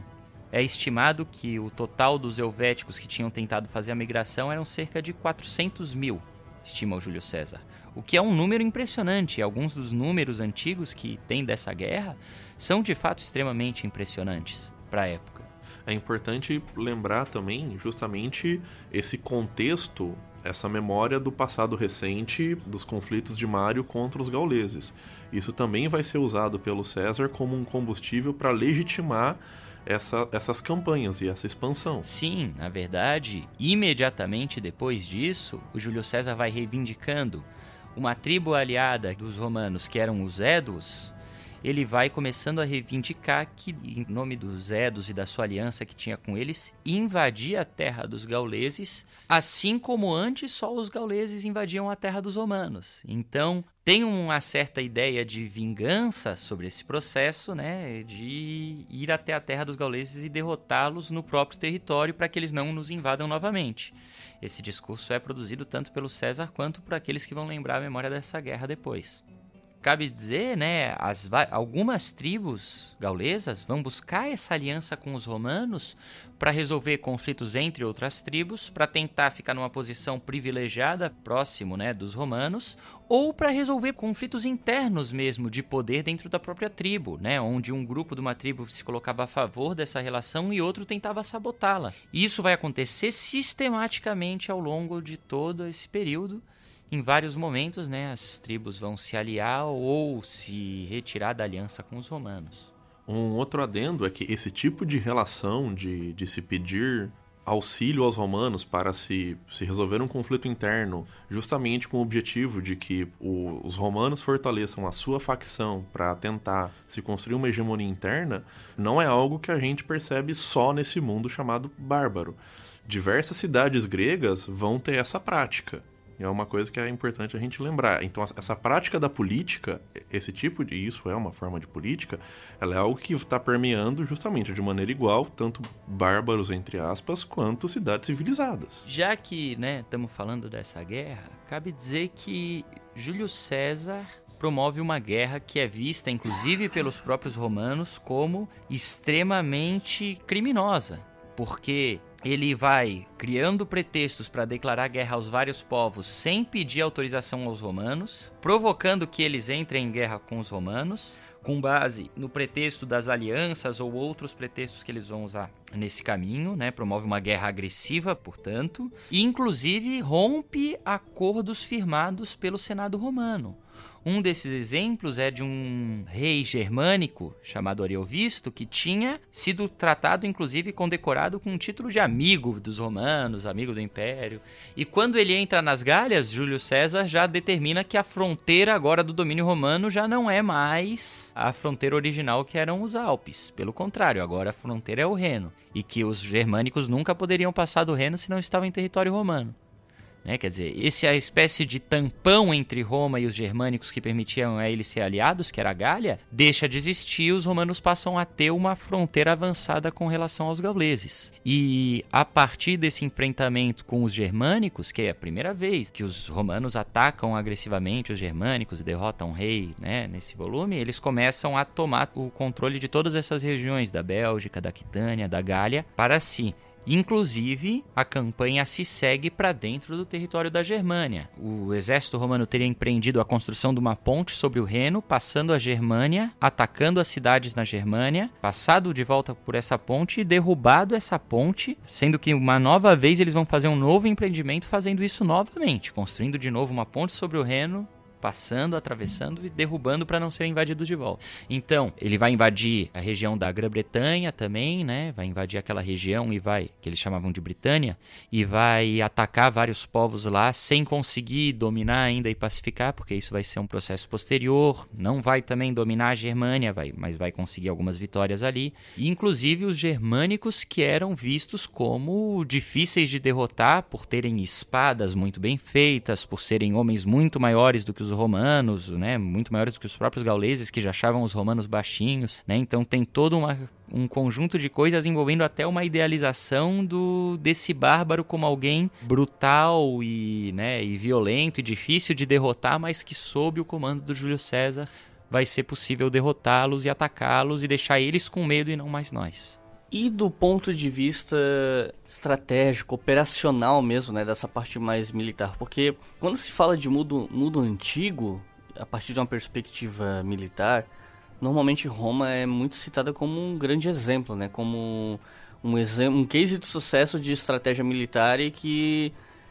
É estimado que o total dos helvéticos que tinham tentado fazer a migração eram cerca de quatrocentos mil, estima o Júlio César. O que é um número impressionante. Alguns dos números antigos que tem dessa guerra são de fato extremamente impressionantes para a época. É importante lembrar também justamente esse contexto, essa memória do passado recente dos conflitos de Mário contra os gauleses. Isso também vai ser usado pelo César como um combustível para legitimar essa, essas campanhas e essa expansão. Sim, na verdade, imediatamente depois disso, o Júlio César vai reivindicando uma tribo aliada dos romanos, que eram os Éduos. Ele vai começando a reivindicar que, em nome dos Éduos e da sua aliança que tinha com eles, invadia a terra dos gauleses, assim como antes só os gauleses invadiam a terra dos romanos. Então, tem uma certa ideia de vingança sobre esse processo, né, de ir até a terra dos gauleses e derrotá-los no próprio território para que eles não nos invadam novamente. Esse discurso é produzido tanto pelo César quanto por aqueles que vão lembrar a memória dessa guerra depois. Cabe dizer, né, as, algumas tribos gaulesas vão buscar essa aliança com os romanos para resolver conflitos entre outras tribos, para tentar ficar numa posição privilegiada, próximo, né, dos romanos, ou para resolver conflitos internos mesmo, de poder dentro da própria tribo, né, onde um grupo de uma tribo se colocava a favor dessa relação e outro tentava sabotá-la. E isso vai acontecer sistematicamente ao longo de todo esse período. Em vários momentos, né, as tribos vão se aliar ou se retirar da aliança com os romanos. Um outro adendo é que esse tipo de relação de, de se pedir auxílio aos romanos para se, se resolver um conflito interno, justamente com o objetivo de que o, os romanos fortaleçam a sua facção para tentar se construir uma hegemonia interna, não é algo que a gente percebe só nesse mundo chamado bárbaro. Diversas cidades gregas vão ter essa prática. E é uma coisa que é importante a gente lembrar. Então, essa prática da política, esse tipo de... Isso é uma forma de política, ela é algo que está permeando justamente de maneira igual, tanto bárbaros, entre aspas, quanto cidades civilizadas. Já que, né, estamos falando dessa guerra, cabe dizer que Júlio César promove uma guerra que é vista, inclusive pelos próprios romanos, como extremamente criminosa. Porque ele vai criando pretextos para declarar guerra aos vários povos sem pedir autorização aos romanos, provocando que eles entrem em guerra com os romanos, com base no pretexto das alianças ou outros pretextos que eles vão usar nesse caminho, né? Promove uma guerra agressiva, portanto, e inclusive rompe acordos firmados pelo Senado romano. Um desses exemplos é de um rei germânico chamado Ariovisto, que tinha sido tratado, inclusive, condecorado com um título de amigo dos romanos, amigo do império. E quando ele entra nas Gálias, Júlio César já determina que a fronteira agora do domínio romano já não é mais a fronteira original que eram os Alpes. Pelo contrário, agora a fronteira é o Reno. E que os germânicos nunca poderiam passar do Reno se não estavam em território romano. Né? Quer dizer, esse é a espécie de tampão entre Roma e os germânicos que permitiam a eles ser aliados, que era a Gália, deixa de existir e os romanos passam a ter uma fronteira avançada com relação aos gauleses. E a partir desse enfrentamento com os germânicos, que é a primeira vez que os romanos atacam agressivamente os germânicos e derrotam o rei, né, nesse volume, eles começam a tomar o controle de todas essas regiões, da Bélgica, da Aquitânia, da Gália, para si. Inclusive, a campanha se segue para dentro do território da Germânia. O exército romano teria empreendido a construção de uma ponte sobre o Reno, passando a Germânia, atacando as cidades na Germânia, passado de volta por essa ponte e derrubado essa ponte, sendo que uma nova vez eles vão fazer um novo empreendimento fazendo isso novamente, construindo de novo uma ponte sobre o Reno, passando, atravessando e derrubando para não serem invadidos de volta. Então, ele vai invadir a região da Grã-Bretanha também, né? Vai invadir aquela região e vai, que eles chamavam de Britânia, e vai atacar vários povos lá sem conseguir dominar ainda e pacificar, porque isso vai ser um processo posterior. Não vai também dominar a Germânia, vai, mas vai conseguir algumas vitórias ali. E, inclusive, os germânicos que eram vistos como difíceis de derrotar por terem espadas muito bem feitas, por serem homens muito maiores do que os romanos, né, muito maiores do que os próprios gauleses, que já achavam os romanos baixinhos, né, então tem todo uma, um conjunto de coisas envolvendo até uma idealização do, desse bárbaro como alguém brutal e, né, e violento e difícil de derrotar, mas que sob o comando do Júlio César vai ser possível derrotá-los e atacá-los e deixar eles com medo e não mais nós. E do ponto de vista estratégico, operacional mesmo, né, dessa parte mais militar, porque quando se fala de mundo, mundo antigo, a partir de uma perspectiva militar, normalmente Roma é muito citada como um grande exemplo, né, como um, exemplo, um case de sucesso de estratégia militar e que,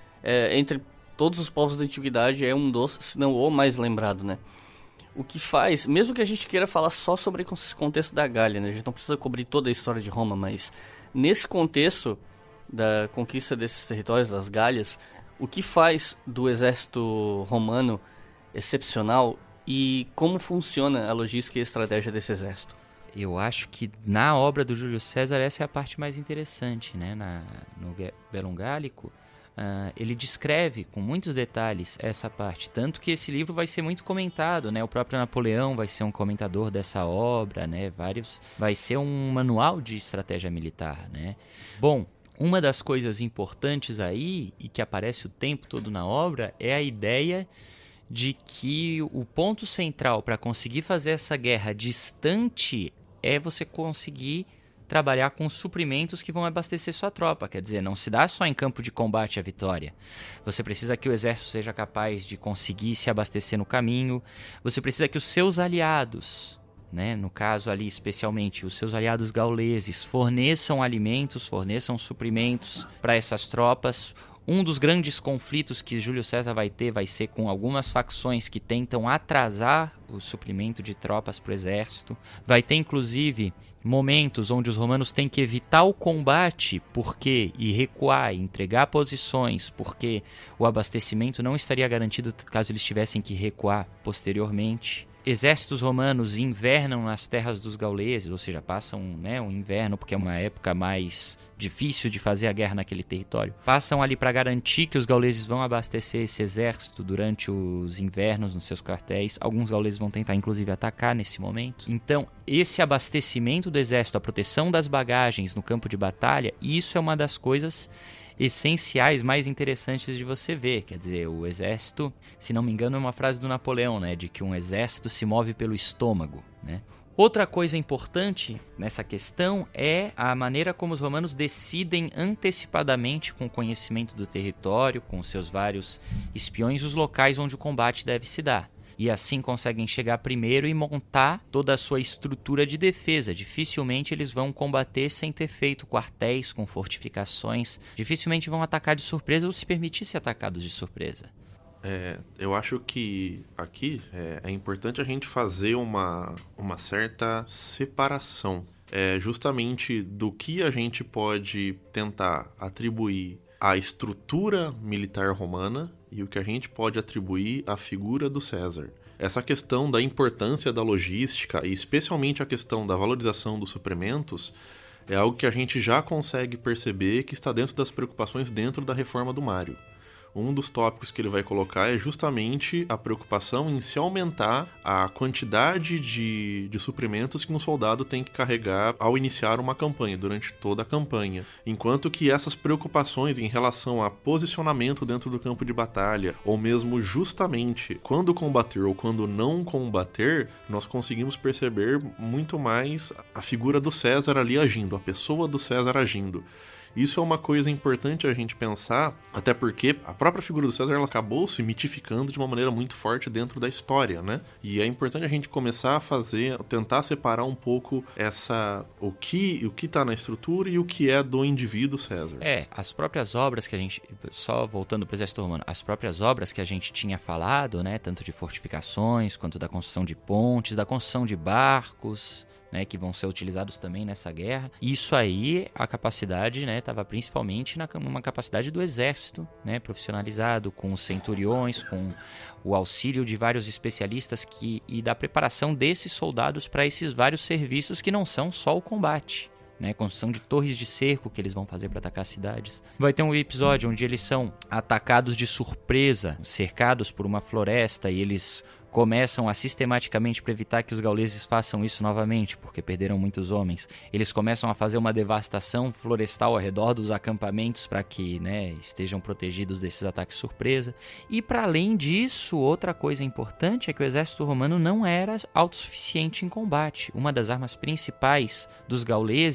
é, entre todos os povos da antiguidade, é um dos, se não o mais lembrado, né. O que faz, mesmo que a gente queira falar só sobre esse contexto da Gália, né? A gente não precisa cobrir toda a história de Roma, mas nesse contexto da conquista desses territórios, das Gálias, o que faz do exército romano excepcional e como funciona a logística e a estratégia desse exército? Eu acho que na obra do Júlio César essa é a parte mais interessante, né? Na, no Bellum Gallico. Uh, ele descreve com muitos detalhes essa parte, tanto que esse livro vai ser muito comentado, né? O próprio Napoleão vai ser um comentador dessa obra, né? Vários, vai ser um manual de estratégia militar, né? Bom, uma das coisas importantes aí, e que aparece o tempo todo na obra, é a ideia de que o ponto central para conseguir fazer essa guerra distante é você conseguir trabalhar com suprimentos que vão abastecer sua tropa. Quer dizer, não se dá só em campo de combate a vitória. Você precisa que o exército seja capaz de conseguir se abastecer no caminho. Você precisa que os seus aliados, né, no caso ali especialmente os seus aliados gauleses, forneçam alimentos, forneçam suprimentos para essas tropas. Um dos grandes conflitos que Júlio César vai ter vai ser com algumas facções que tentam atrasar o suprimento de tropas para o exército. Vai ter, inclusive, momentos onde os romanos têm que evitar o combate porque, e recuar, e entregar posições, porque o abastecimento não estaria garantido caso eles tivessem que recuar posteriormente. Exércitos romanos invernam nas terras dos gauleses, ou seja, passam, né, um inverno, porque é uma época mais difícil de fazer a guerra naquele território. Passam ali para garantir que os gauleses vão abastecer esse exército durante os invernos nos seus quartéis. Alguns gauleses vão tentar, inclusive, atacar nesse momento. Então, esse abastecimento do exército, a proteção das bagagens no campo de batalha, isso é uma das coisas essenciais, mais interessantes de você ver. Quer dizer, o exército, se não me engano, é uma frase do Napoleão, né, de que um exército se move pelo estômago, né? Outra coisa importante nessa questão é a maneira como os romanos decidem antecipadamente, com o conhecimento do território, com seus vários espiões, os locais onde o combate deve se dar. E assim conseguem chegar primeiro e montar toda a sua estrutura de defesa. Dificilmente eles vão combater sem ter feito quartéis com fortificações. Dificilmente vão atacar de surpresa ou se permitir ser atacados de surpresa. É, eu acho que aqui é, é importante a gente fazer uma, uma certa separação. É, justamente do que a gente pode tentar atribuir à estrutura militar romana e o que a gente pode atribuir à figura do César. Essa questão da importância da logística e especialmente a questão da valorização dos suprimentos é algo que a gente já consegue perceber que está dentro das preocupações dentro da reforma do Mário. Um dos tópicos que ele vai colocar é justamente a preocupação em se aumentar a quantidade de, de suprimentos que um soldado tem que carregar ao iniciar uma campanha, durante toda a campanha. Enquanto que essas preocupações em relação a posicionamento dentro do campo de batalha, ou mesmo justamente quando combater ou quando não combater, nós conseguimos perceber muito mais a figura do César ali agindo, a pessoa do César agindo. Isso é uma coisa importante a gente pensar, até porque a própria figura do César ela acabou se mitificando de uma maneira muito forte dentro da história, né? E é importante a gente começar a fazer, tentar separar um pouco essa, o que o que tá na estrutura e o que é do indivíduo César. É, as próprias obras que a gente, só voltando para o exército romano, as próprias obras que a gente tinha falado, né, tanto de fortificações quanto da construção de pontes, da construção de barcos, né, que vão ser utilizados também nessa guerra. Isso aí, a capacidade, né, estava principalmente na, numa capacidade do exército, né, profissionalizado, com os centuriões, com o auxílio de vários especialistas que, e da preparação desses soldados para esses vários serviços que não são só o combate. Né, construção de torres de cerco que eles vão fazer para atacar cidades. Vai ter um episódio onde eles são atacados de surpresa, cercados por uma floresta, e eles começam a sistematicamente, para evitar que os gauleses façam isso novamente, porque perderam muitos homens, eles começam a fazer uma devastação florestal ao redor dos acampamentos para que, né, estejam protegidos desses ataques surpresa. E para além disso, outra coisa importante é que o exército romano não era autossuficiente em combate. Uma das armas principais dos gauleses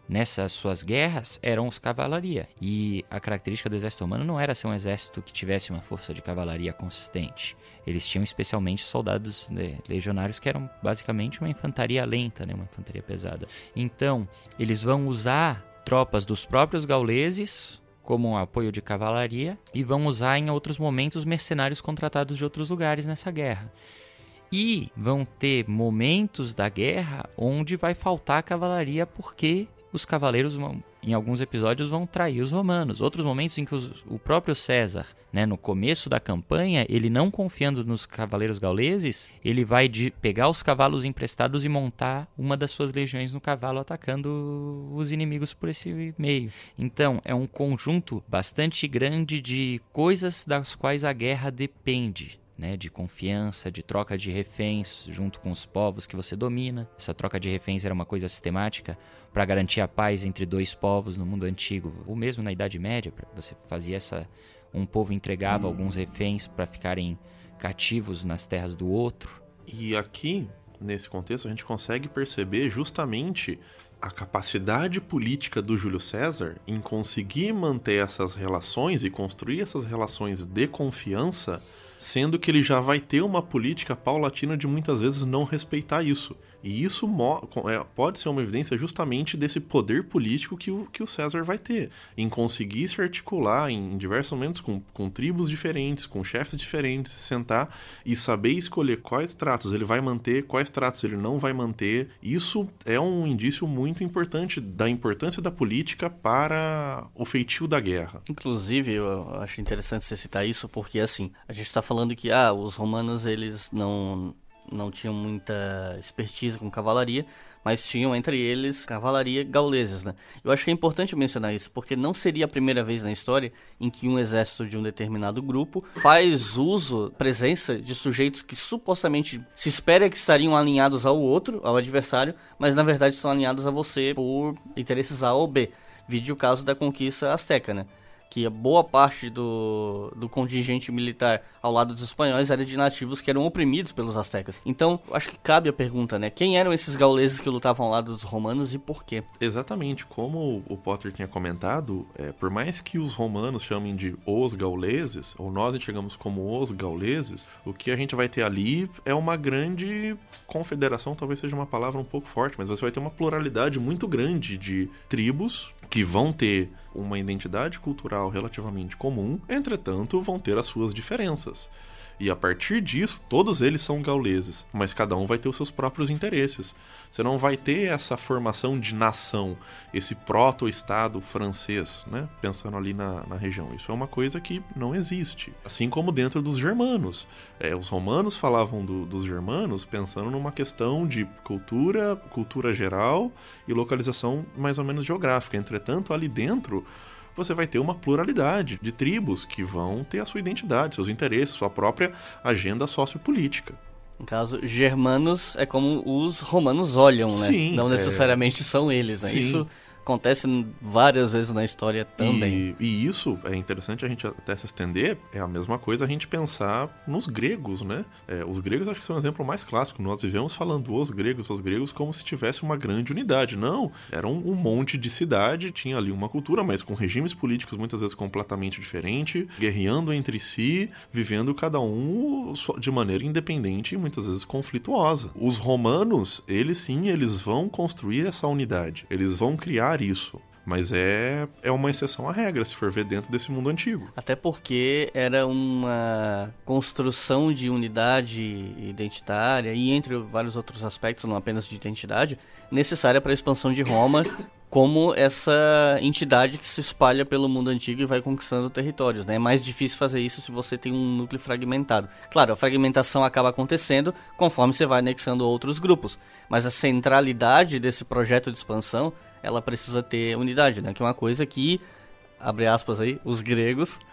nessas suas guerras eram os cavalaria. E a característica do exército romano não era ser um exército que tivesse uma força de cavalaria consistente. Eles tinham especialmente soldados, né, legionários, que eram basicamente uma infantaria lenta, né, uma infantaria pesada. Então, eles vão usar tropas dos próprios gauleses como um apoio de cavalaria e vão usar em outros momentos mercenários contratados de outros lugares nessa guerra. E vão ter momentos da guerra onde vai faltar cavalaria porque os cavaleiros, vão, em alguns episódios, vão trair os romanos. Outros momentos em que os, o próprio César, né, no começo da campanha, ele não confiando nos cavaleiros gauleses, ele vai de pegar os cavalos emprestados e montar uma das suas legiões no cavalo, atacando os inimigos por esse meio. Então, é um conjunto bastante grande de coisas das quais a guerra depende. Né, de confiança, de troca de reféns junto com os povos que você domina. Essa troca de reféns era uma coisa sistemática para garantir a paz entre dois povos no mundo antigo, ou mesmo na Idade Média. Você fazia essa... Um povo entregava alguns reféns para ficarem cativos nas terras do outro. E aqui, nesse contexto, a gente consegue perceber justamente a capacidade política do Júlio César em conseguir manter essas relações e construir essas relações de confiança, sendo que ele já vai ter uma política paulatina de muitas vezes não respeitar isso. E isso pode ser uma evidência justamente desse poder político que o, que o César vai ter, em conseguir se articular em diversos momentos com, com tribos diferentes, com chefes diferentes, sentar e saber escolher quais tratos ele vai manter, quais tratos ele não vai manter. Isso é um indício muito importante da importância da política para o feitio da guerra. Inclusive, eu acho interessante você citar isso, porque assim, a gente está falando que ah, os romanos eles não... não tinham muita expertise com cavalaria, mas tinham entre eles cavalaria gauleses, né? Eu acho que é importante mencionar isso, porque não seria a primeira vez na história em que um exército de um determinado grupo faz uso, presença de sujeitos que supostamente se espera que estariam alinhados ao outro, ao adversário, mas na verdade estão alinhados a você por interesses A ou B. Vide o caso da conquista azteca, né? Que a boa parte do, do contingente militar ao lado dos espanhóis era de nativos que eram oprimidos pelos astecas. Então, acho que cabe a pergunta, né? Quem eram esses gauleses que lutavam ao lado dos romanos e por quê? Exatamente. Como o Potter tinha comentado, é, por mais que os romanos chamem de os gauleses, ou nós enxergamos como os gauleses, o que a gente vai ter ali é uma grande confederação, talvez seja uma palavra um pouco forte, mas você vai ter uma pluralidade muito grande de tribos que vão ter uma identidade cultural relativamente comum, entretanto vão ter as suas diferenças. E a partir disso, todos eles são gauleses, mas cada um vai ter os seus próprios interesses. Você não vai ter essa formação de nação, esse proto-estado francês, né? Pensando ali na, na região. Isso é uma coisa que não existe. Assim como dentro dos germanos. É, os romanos falavam do, dos germanos pensando numa questão de cultura, cultura geral e localização mais ou menos geográfica. Entretanto, ali dentro você vai ter uma pluralidade de tribos que vão ter a sua identidade, seus interesses, sua própria agenda sociopolítica. No caso, germanos é como os romanos olham, né? Sim, não necessariamente é... são eles, né? Sim. Isso acontece várias vezes na história também. E, e isso é interessante a gente até se estender, é a mesma coisa a gente pensar nos gregos, né? É, os gregos acho que são um exemplo mais clássico. Nós vivemos falando os gregos, os gregos como se tivesse uma grande unidade. Não, era um, um monte de cidade, tinha ali uma cultura, mas com regimes políticos muitas vezes completamente diferentes, guerreando entre si, vivendo cada um de maneira independente e muitas vezes conflituosa. Os romanos, eles sim, eles vão construir essa unidade, eles vão criar isso, mas é, é uma exceção à regra, se for ver dentro desse mundo antigo. Até porque era uma construção de unidade identitária e entre vários outros aspectos, não apenas de identidade, necessária para a expansão de Roma como essa entidade que se espalha pelo mundo antigo e vai conquistando territórios, né? É mais difícil fazer isso se você tem um núcleo fragmentado. Claro, a fragmentação acaba acontecendo conforme você vai anexando outros grupos, mas a centralidade desse projeto de expansão, ela precisa ter unidade, né? Que é uma coisa que, abre aspas aí, os gregos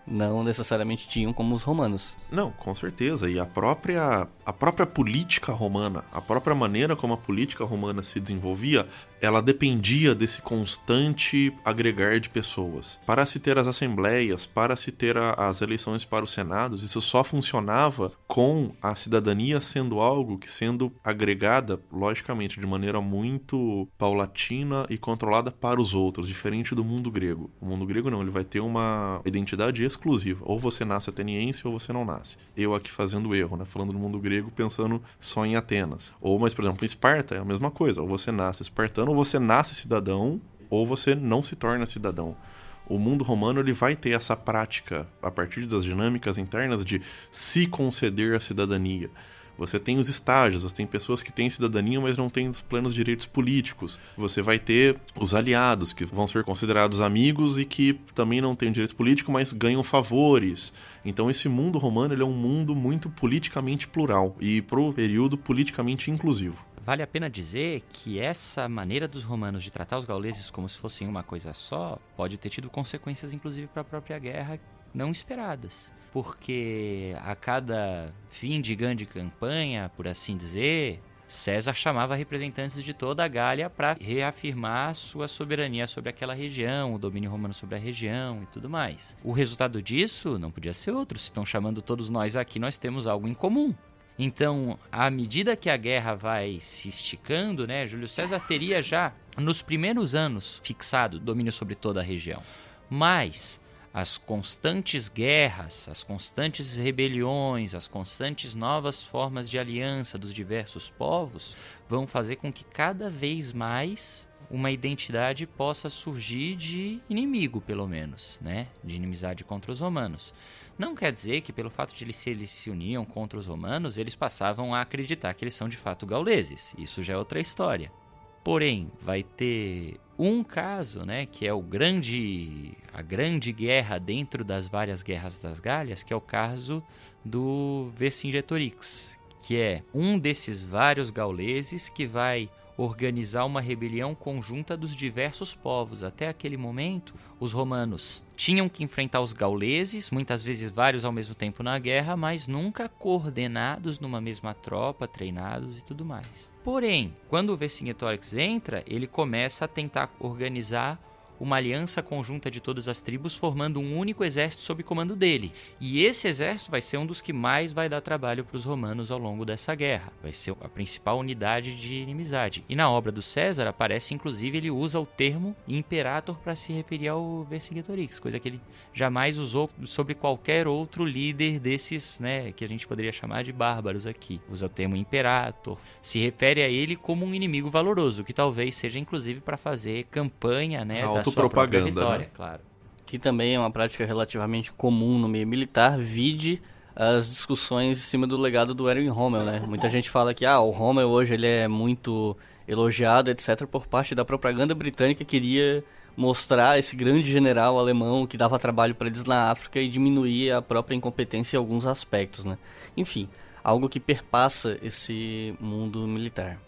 não necessariamente tinham como os romanos. Não, com certeza. E a própria, a própria política romana, a própria maneira como a política romana se desenvolvia, ela dependia desse constante agregar de pessoas. Para se ter as assembleias, para se ter a, as eleições para os senados, isso só funcionava com a cidadania sendo algo que sendo agregada, logicamente, de maneira muito paulatina e controlada para os outros, diferente do mundo grego. O mundo grego não, ele vai ter uma identidade exclusiva. Ou você nasce ateniense ou você não nasce. Eu aqui fazendo erro, né? Falando do mundo grego, pensando só em Atenas. Ou, mas, por exemplo, em Esparta é a mesma coisa. Ou você nasce espartano, ou você nasce cidadão, ou você não se torna cidadão. O mundo romano ele vai ter essa prática, a partir das dinâmicas internas, de se conceder a cidadania. Você tem os estágios, você tem pessoas que têm cidadania, mas não têm os plenos direitos políticos. Você vai ter os aliados, que vão ser considerados amigos e que também não têm direitos políticos, mas ganham favores. Então esse mundo romano ele é um mundo muito politicamente plural e, para o período, politicamente inclusivo. Vale a pena dizer que essa maneira dos romanos de tratar os gauleses como se fossem uma coisa só pode ter tido consequências, inclusive, para a própria guerra não esperadas. Porque a cada fim de grande campanha, por assim dizer, César chamava representantes de toda a Gália para reafirmar sua soberania sobre aquela região, o domínio romano sobre a região e tudo mais. O resultado disso não podia ser outro. Se estão chamando todos nós aqui, nós temos algo em comum. Então, à medida que a guerra vai se esticando, né, Júlio César teria já, nos primeiros anos, fixado domínio sobre toda a região. Mas as constantes guerras, as constantes rebeliões, as constantes novas formas de aliança dos diversos povos vão fazer com que cada vez mais uma identidade possa surgir de inimigo, pelo menos, né? De inimizade contra os romanos. Não quer dizer que pelo fato de eles se, eles se uniam contra os romanos, eles passavam a acreditar que eles são de fato gauleses. Isso já é outra história. Porém, vai ter um caso, né, que é o grande, a grande guerra dentro das várias guerras das Gálias, que é o caso do Vercingetorix, que é um desses vários gauleses que vai organizar uma rebelião conjunta dos diversos povos. Até aquele momento, os romanos tinham que enfrentar os gauleses, muitas vezes vários ao mesmo tempo na guerra, mas nunca coordenados numa mesma tropa, treinados e tudo mais. Porém, quando o Vercingetorix entra, ele começa a tentar organizar uma aliança conjunta de todas as tribos, formando um único exército sob comando dele. E esse exército vai ser um dos que mais vai dar trabalho para os romanos ao longo dessa guerra. Vai ser a principal unidade de inimizade. E na obra do César aparece, inclusive, ele usa o termo imperator para se referir ao Vercingetorix, coisa que ele jamais usou sobre qualquer outro líder desses, né, que a gente poderia chamar de bárbaros aqui. Usa o termo imperator, se refere a ele como um inimigo valoroso, que talvez seja, inclusive, para fazer campanha, né, da propaganda, vitória, né? Claro. Que também é uma prática relativamente comum no meio militar, vide as discussões em cima do legado do Erwin Rommel, né? Muita gente fala que ah, o Rommel hoje ele é muito elogiado, etcétera, por parte da propaganda britânica, que queria mostrar esse grande general alemão que dava trabalho para eles na África e diminuir a própria incompetência em alguns aspectos, né? Enfim, algo que perpassa esse mundo militar.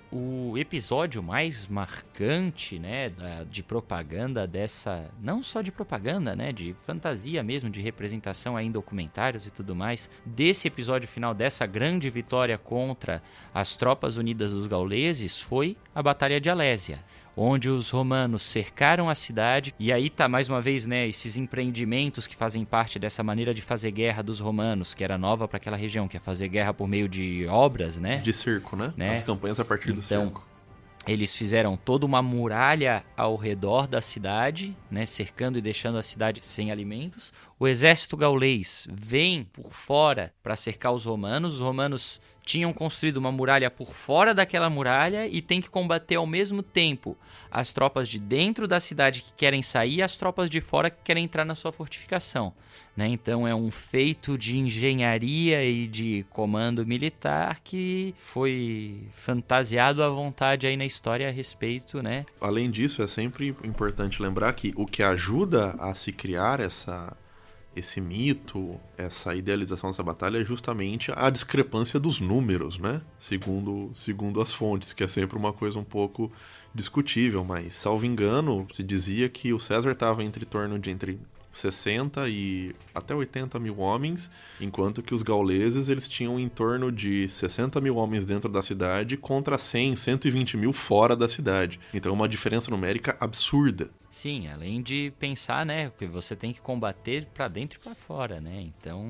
O episódio mais marcante, né, da, de propaganda dessa, não só de propaganda, né, de fantasia mesmo, de representação aí em documentários e tudo mais, desse episódio final, dessa grande vitória contra as tropas unidas dos gauleses, foi a Batalha de Alésia, onde os romanos cercaram a cidade. E aí tá mais uma vez, né, esses empreendimentos que fazem parte dessa maneira de fazer guerra dos romanos, que era nova para aquela região, que é fazer guerra por meio de obras, né? De cerco, né? né? As campanhas a partir do então, cerco. Eles fizeram toda uma muralha ao redor da cidade, né, cercando e deixando a cidade sem alimentos. O exército gaulês vem por fora para cercar os romanos. Os romanos tinham construído uma muralha por fora daquela muralha e tem que combater ao mesmo tempo as tropas de dentro da cidade que querem sair e as tropas de fora que querem entrar na sua fortificação, né? Então é um feito de engenharia e de comando militar que foi fantasiado à vontade aí na história a respeito, né? Além disso, é sempre importante lembrar que o que ajuda a se criar essa... esse mito, essa idealização dessa batalha é justamente a discrepância dos números, né? Segundo, segundo as fontes, que é sempre uma coisa um pouco discutível, mas, salvo engano, se dizia que o César estava entre torno de entre sessenta e até oitenta mil homens, enquanto que os gauleses eles tinham em torno de sessenta mil homens dentro da cidade contra cem, cento e vinte mil fora da cidade. Então é uma diferença numérica absurda. Sim, além de pensar, né, que você tem que combater para dentro e para fora, né? Então,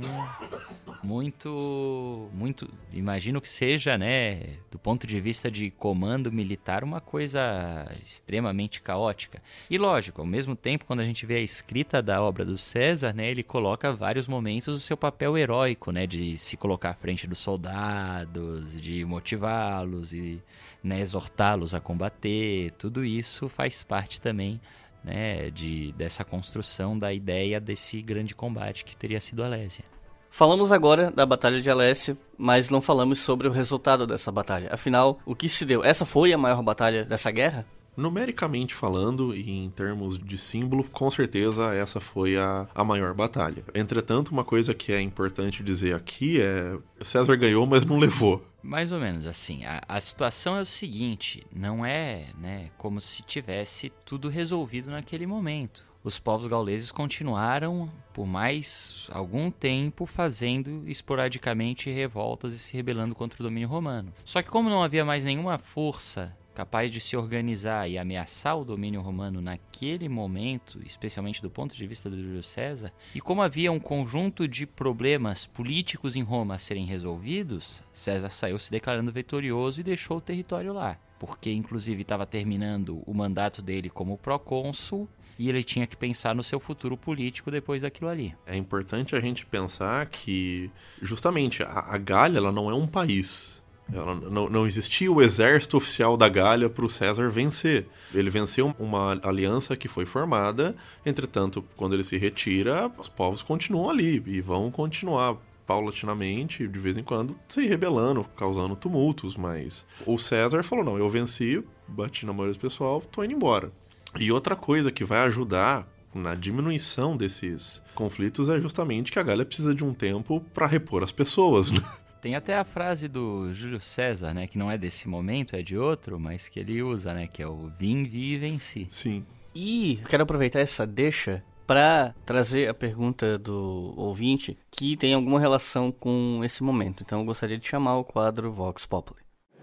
muito, muito, imagino que seja, né, do ponto de vista de comando militar, uma coisa extremamente caótica. E lógico, ao mesmo tempo, quando a gente vê a escrita da obra do César, né, ele coloca vários momentos do seu papel heróico, né, de se colocar à frente dos soldados, de motivá-los e, né, exortá-los a combater. Tudo isso faz parte também, né, de, dessa construção da ideia desse grande combate que teria sido Alésia. Falamos agora da Batalha de Alésia, mas não falamos sobre o resultado dessa batalha. Afinal, o que se deu? Essa foi a maior batalha dessa guerra? Numericamente falando e em termos de símbolo, com certeza essa foi a, a maior batalha. Entretanto, uma coisa que é importante dizer aqui é César ganhou, mas não levou. Mais ou menos assim, a, a situação é o seguinte, não é, né, como se tivesse tudo resolvido naquele momento. Os povos gauleses continuaram por mais algum tempo fazendo esporadicamente revoltas e se rebelando contra o domínio romano. Só que como não havia mais nenhuma força capaz de se organizar e ameaçar o domínio romano naquele momento, especialmente do ponto de vista do Júlio César, e como havia um conjunto de problemas políticos em Roma a serem resolvidos, César saiu se declarando vitorioso e deixou o território lá, porque inclusive estava terminando o mandato dele como procônsul e ele tinha que pensar no seu futuro político depois daquilo ali. É importante a gente pensar que, justamente, a, a Gália ela não é um país. Ela, não, não existia o exército oficial da Gália para o César vencer. Ele venceu uma aliança que foi formada, entretanto, quando ele se retira, os povos continuam ali e vão continuar paulatinamente, de vez em quando, se rebelando, causando tumultos, mas o César falou, não, eu venci, bati na maioria do pessoal, tô indo embora. E outra coisa que vai ajudar na diminuição desses conflitos é justamente que a Gália precisa de um tempo para repor as pessoas, né? Tem até a frase do Júlio César, né, que não é desse momento, é de outro, mas que ele usa, né, que é o vim, vi e venci. Sim. E eu quero aproveitar essa deixa para trazer a pergunta do ouvinte que tem alguma relação com esse momento. Então eu gostaria de chamar o quadro Vox Populi.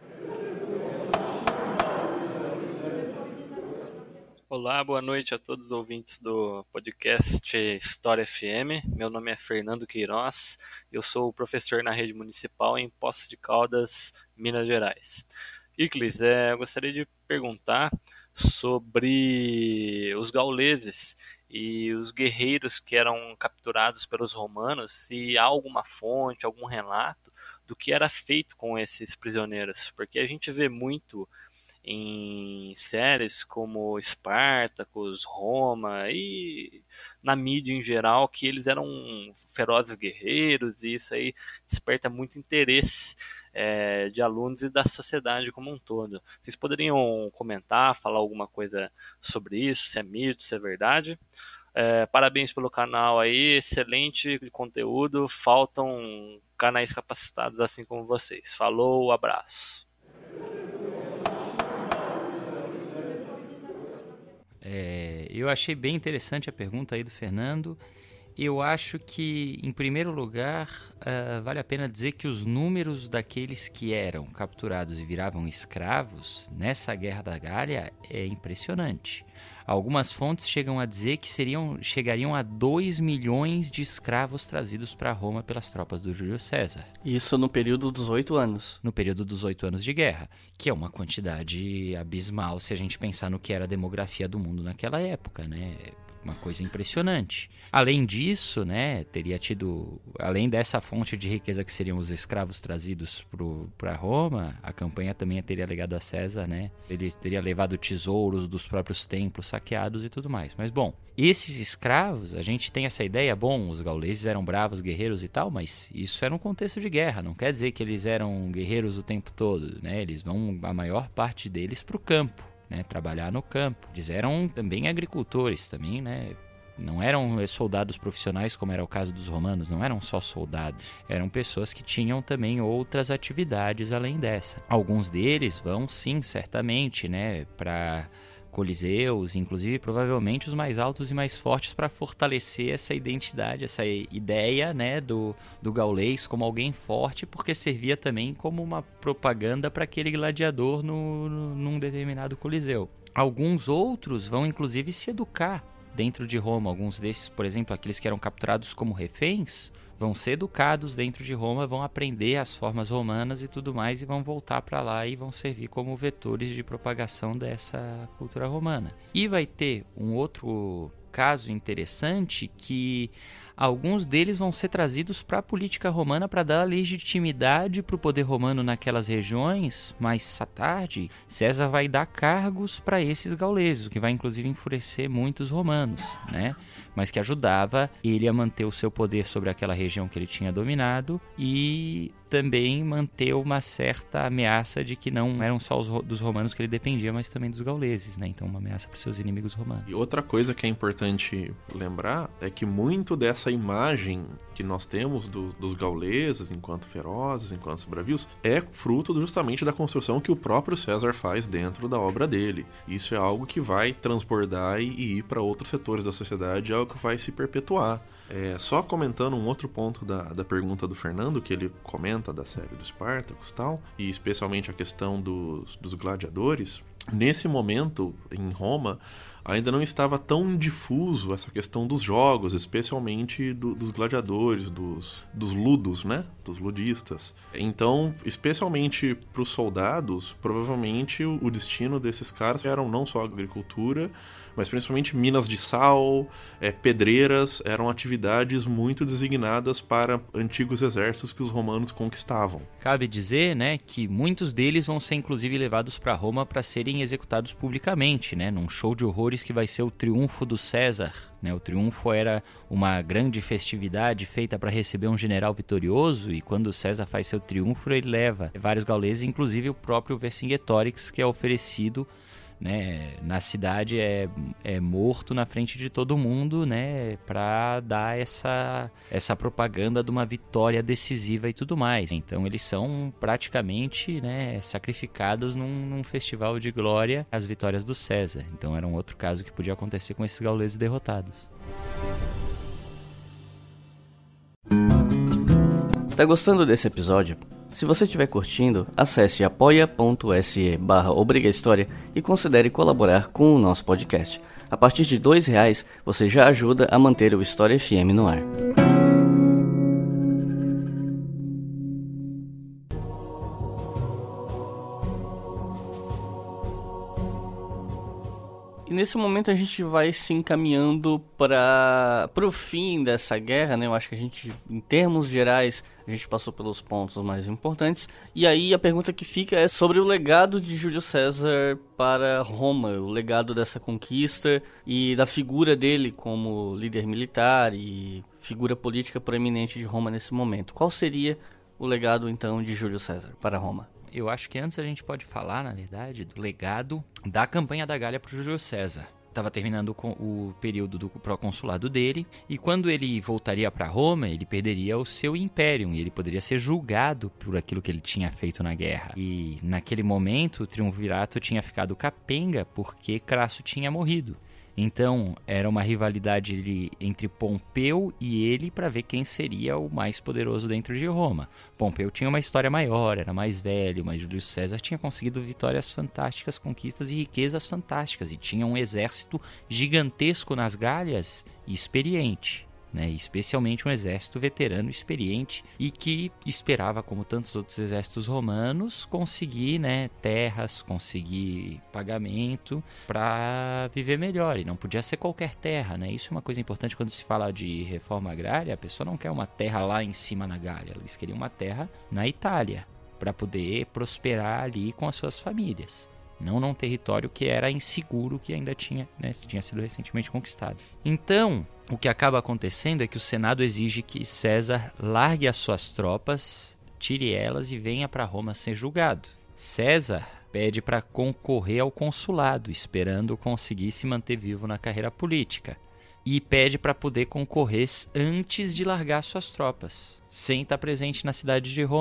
Olá, boa noite a todos os ouvintes do podcast História F M. Meu nome é Fernando Queiroz, eu sou professor na rede municipal em Poços de Caldas, Minas Gerais. Iclis, é, eu gostaria de perguntar sobre os gauleses e os guerreiros que eram capturados pelos romanos, se há alguma fonte, algum relato do que era feito com esses prisioneiros, porque a gente vê muito em séries como Spartacus, Roma e na mídia em geral que eles eram ferozes guerreiros, e isso aí desperta muito interesse é, de alunos e da sociedade como um todo. Vocês poderiam comentar, falar alguma coisa sobre isso, se é mito, se é verdade? É, parabéns pelo canal aí, excelente conteúdo, faltam canais capacitados assim como vocês. Falou, abraço. É, eu achei bem interessante a pergunta aí do Fernando. Eu acho que, em primeiro lugar, uh, vale a pena dizer que os números daqueles que eram capturados e viravam escravos nessa Guerra da Gália é impressionante. Algumas fontes chegam a dizer que seriam, chegariam a dois milhões de escravos trazidos para Roma pelas tropas do Júlio César. Isso no período dos oito anos. No período dos oito anos de guerra, que é uma quantidade abismal se a gente pensar no que era a demografia do mundo naquela época, né? Uma coisa impressionante. Além disso, né, teria tido, além dessa fonte de riqueza que seriam os escravos trazidos para Roma, a campanha também teria legado a César, né? Ele teria levado tesouros dos próprios templos saqueados e tudo mais. Mas, bom, esses escravos, a gente tem essa ideia, bom, os gauleses eram bravos, guerreiros e tal, mas isso era um contexto de guerra, não quer dizer que eles eram guerreiros o tempo todo, né? Eles vão, a maior parte deles, para o campo. Né, trabalhar no campo. Eles eram também agricultores, também, né? Não eram soldados profissionais como era o caso dos romanos, não eram só soldados, eram pessoas que tinham também outras atividades além dessa. Alguns deles vão sim, certamente, né, para coliseus, inclusive provavelmente os mais altos e mais fortes, para fortalecer essa identidade, essa ideia, né, do, do gaulês como alguém forte, porque servia também como uma propaganda para aquele gladiador no, no, num determinado coliseu. Alguns outros vão inclusive se educar dentro de Roma. Alguns desses, por exemplo, aqueles que eram capturados como reféns, vão ser educados dentro de Roma, vão aprender as formas romanas e tudo mais, e vão voltar para lá e vão servir como vetores de propagação dessa cultura romana. E vai ter um outro caso interessante, que alguns deles vão ser trazidos para a política romana para dar legitimidade para o poder romano naquelas regiões. Mais à tarde, César vai dar cargos para esses gauleses, o que vai inclusive enfurecer muitos romanos, né? Mas que ajudava ele a manter o seu poder sobre aquela região que ele tinha dominado e também manter uma certa ameaça de que não eram só os ro- dos romanos que ele dependia, mas também dos gauleses, né? Então uma ameaça para os seus inimigos romanos. E outra coisa que é importante lembrar é que muito dessa imagem que nós temos do, dos gauleses enquanto ferozes, enquanto bravios, é fruto justamente da construção que o próprio César faz dentro da obra dele. Isso é algo que vai transbordar e, e ir para outros setores da sociedade, é algo que vai se perpetuar. É, só comentando um outro ponto da, da pergunta do Fernando, que ele comenta da série do Spartacus e tal, e especialmente a questão dos, dos gladiadores. Nesse momento, em Roma, ainda não estava tão difuso essa questão dos jogos, especialmente do, dos gladiadores, dos, dos ludos, né? Dos ludistas. Então, especialmente para os soldados, provavelmente o, o destino desses caras eram não só a agricultura, mas principalmente minas de sal, é, pedreiras, eram atividades muito designadas para antigos exércitos que os romanos conquistavam. Cabe dizer, né, que muitos deles vão ser inclusive levados para Roma para serem executados publicamente, né, num show de horrores que vai ser o Triunfo do César. Né? O triunfo era uma grande festividade feita para receber um general vitorioso, e quando César faz seu triunfo, ele leva vários gauleses, inclusive o próprio Vercingetorix, que é oferecido, né, na cidade, é, é morto na frente de todo mundo, né, para dar essa, essa propaganda de uma vitória decisiva e tudo mais. Então eles são praticamente, né, sacrificados num, num festival de glória às vitórias do César. Então era um outro caso que podia acontecer com esses gauleses derrotados. Tá gostando desse episódio? Se você estiver curtindo, acesse apoia.se barra obrigahistoria e considere colaborar com o nosso podcast. A partir de dois reais, você já ajuda a manter o História F M no ar. E nesse momento a gente vai se encaminhando para o fim dessa guerra, né? Eu acho que a gente, em termos gerais, a gente passou pelos pontos mais importantes. E aí a pergunta que fica é sobre o legado de Júlio César para Roma, o legado dessa conquista e da figura dele como líder militar e figura política proeminente de Roma nesse momento. Qual seria o legado, então, de Júlio César para Roma? Eu acho que antes a gente pode falar, na verdade, do legado da campanha da Gália para o Júlio César. Estava terminando o período do proconsulado dele, e quando ele voltaria para Roma, ele perderia o seu império, e ele poderia ser julgado por aquilo que ele tinha feito na guerra. E naquele momento o triunvirato tinha ficado capenga porque Crasso tinha morrido. Então era uma rivalidade entre Pompeu e ele para ver quem seria o mais poderoso dentro de Roma. Pompeu tinha uma história maior, era mais velho, mas Júlio César tinha conseguido vitórias fantásticas, conquistas e riquezas fantásticas, e tinha um exército gigantesco nas Gálias e experiente. Né, especialmente um exército veterano experiente e que esperava, como tantos outros exércitos romanos, conseguir, né, terras, conseguir pagamento para viver melhor, e não podia ser qualquer terra, né? Isso é uma coisa importante quando se fala de reforma agrária. A pessoa não quer uma terra lá em cima na Gália, eles queriam uma terra na Itália para poder prosperar ali com as suas famílias. Não num território que era inseguro, que ainda tinha, né, tinha sido recentemente conquistado. Então, o que acaba acontecendo é que o Senado exige que César largue as suas tropas, tire elas e venha para Roma ser julgado. César pede para concorrer ao consulado, esperando conseguir se manter vivo na carreira política. E pede para poder concorrer antes de largar suas tropas, sem estar presente na cidade de Roma.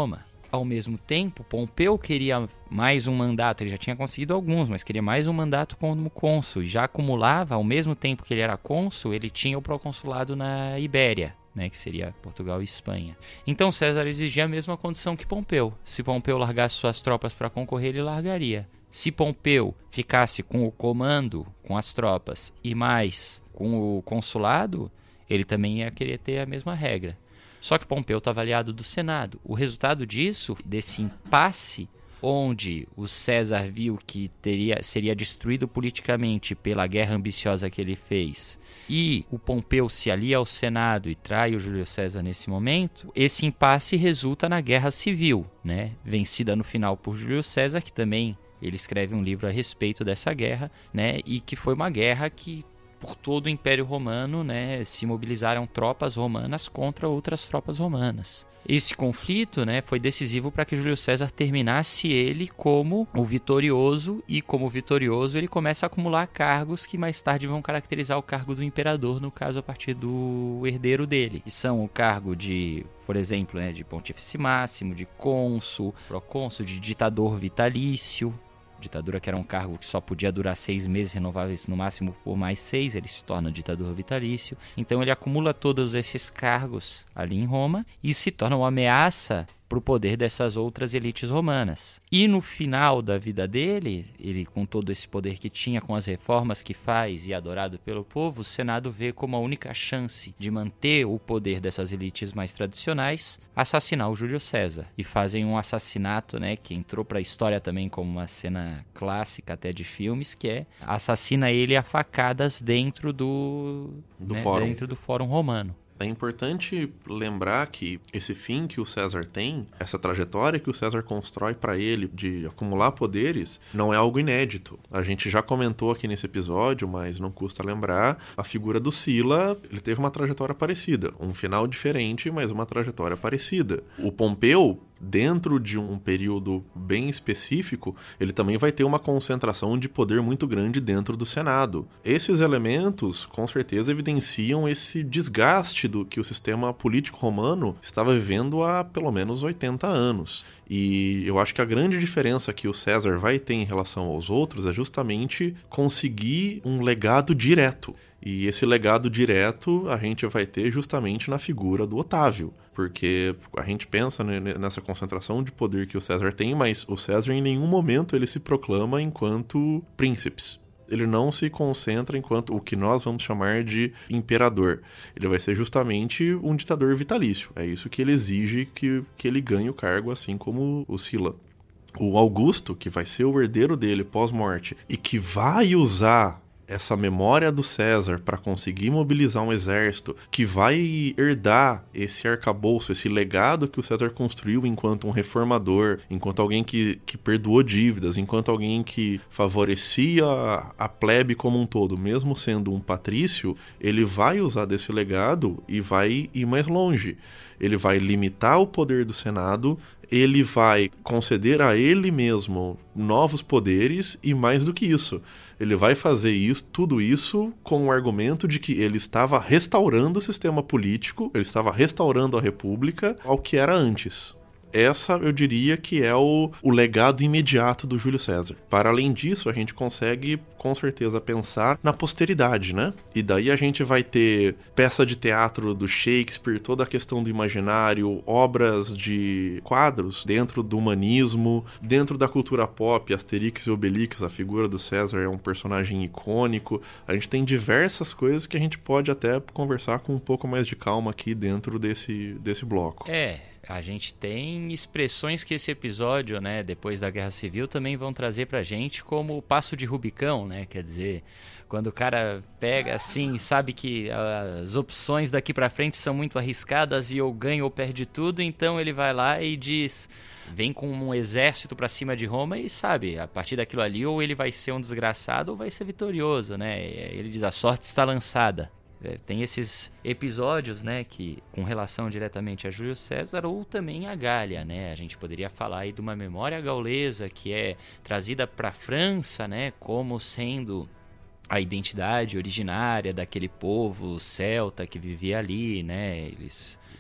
ao mesmo tempo, Pompeu queria mais um mandato, ele já tinha conseguido alguns, mas queria mais um mandato como cônsul, e já acumulava, ao mesmo tempo que ele era cônsul, ele tinha o proconsulado na Ibéria, né, que seria Portugal e Espanha. Então César exigia a mesma condição que Pompeu. Se Pompeu largasse suas tropas para concorrer, ele largaria. Se Pompeu ficasse com o comando, com as tropas, e mais com o consulado, ele também ia querer ter a mesma regra. Só que Pompeu estava aliado do Senado. O resultado disso, desse impasse, onde o César viu que teria, seria destruído politicamente pela guerra ambiciosa que ele fez, e o Pompeu se alia ao Senado e trai o Júlio César nesse momento, esse impasse resulta na Guerra Civil, né? Vencida no final por Júlio César, que também ele escreve um livro a respeito dessa guerra, né? E que foi uma guerra que por todo o Império Romano, né, se mobilizaram tropas romanas contra outras tropas romanas. Esse conflito, né, foi decisivo para que Júlio César terminasse ele como o vitorioso, e como vitorioso ele começa a acumular cargos que mais tarde vão caracterizar o cargo do imperador, no caso a partir do herdeiro dele, que são o cargo de, por exemplo, né, de pontífice máximo, de cônsul, procônsul, de ditador vitalício. Ditadura que era um cargo que só podia durar seis meses, renováveis no máximo por mais seis, ele se torna ditador vitalício. Então ele acumula todos esses cargos ali em Roma e se torna uma ameaça para o poder dessas outras elites romanas. E no final da vida dele, ele com todo esse poder que tinha, com as reformas que faz e adorado pelo povo, o Senado vê como a única chance de manter o poder dessas elites mais tradicionais, assassinar o Júlio César. E fazem um assassinato, né, que entrou para a história também como uma cena clássica até de filmes, que é assassina ele a facadas dentro do, do né, fórum. dentro do Fórum Romano. É importante lembrar que esse fim que o César tem, essa trajetória que o César constrói para ele de acumular poderes, não é algo inédito. A gente já comentou aqui nesse episódio, mas não custa lembrar, a figura do Sila, ele teve uma trajetória parecida. Um final diferente, mas uma trajetória parecida. O Pompeu, dentro de um período bem específico, ele também vai ter uma concentração de poder muito grande dentro do Senado. Esses elementos, com certeza, evidenciam esse desgaste do que o sistema político romano estava vivendo há pelo menos oitenta anos. E eu acho que a grande diferença que o César vai ter em relação aos outros é justamente conseguir um legado direto. E esse legado direto a gente vai ter justamente na figura do Otávio, porque a gente pensa nessa concentração de poder que o César tem, mas o César em nenhum momento ele se proclama enquanto príncipes. Ele não se concentra enquanto o que nós vamos chamar de imperador. Ele vai ser justamente um ditador vitalício. É isso que ele exige que, que ele ganhe o cargo, assim como o Sila. O Augusto, que vai ser o herdeiro dele pós-morte e que vai usar essa memória do César para conseguir mobilizar um exército, que vai herdar esse arcabouço, esse legado que o César construiu enquanto um reformador, enquanto alguém que, que perdoou dívidas, enquanto alguém que favorecia a plebe como um todo, mesmo sendo um patrício, ele vai usar desse legado e vai ir mais longe. Ele vai limitar o poder do Senado, ele vai conceder a ele mesmo novos poderes e mais do que isso. Ele vai fazer isso, tudo isso com o argumento de que ele estava restaurando o sistema político, ele estava restaurando a república ao que era antes. Essa, eu diria que é o, o legado imediato do Júlio César. Para além disso, a gente consegue, com certeza, pensar na posteridade, né? E daí a gente vai ter peça de teatro do Shakespeare, toda a questão do imaginário, obras de quadros dentro do humanismo, dentro da cultura pop, Asterix e Obelix, a figura do César é um personagem icônico. A gente tem diversas coisas que a gente pode até conversar com um pouco mais de calma aqui dentro desse, desse bloco. É... A gente tem expressões que esse episódio, né, depois da Guerra Civil, também vão trazer pra gente, como o passo de Rubicão, né? Quer dizer, quando o cara pega assim, sabe que as opções daqui pra frente são muito arriscadas e ou ganha ou perde tudo, então ele vai lá e diz, vem com um exército pra cima de Roma e sabe, a partir daquilo ali ou ele vai ser um desgraçado ou vai ser vitorioso, né? Ele diz, a sorte está lançada. É, tem esses episódios, né, que com relação diretamente a Júlio César ou também a Gália, né? A gente poderia falar aí de uma memória gaulesa que é trazida para a França, né, como sendo a identidade originária daquele povo celta que vivia ali, né? Eles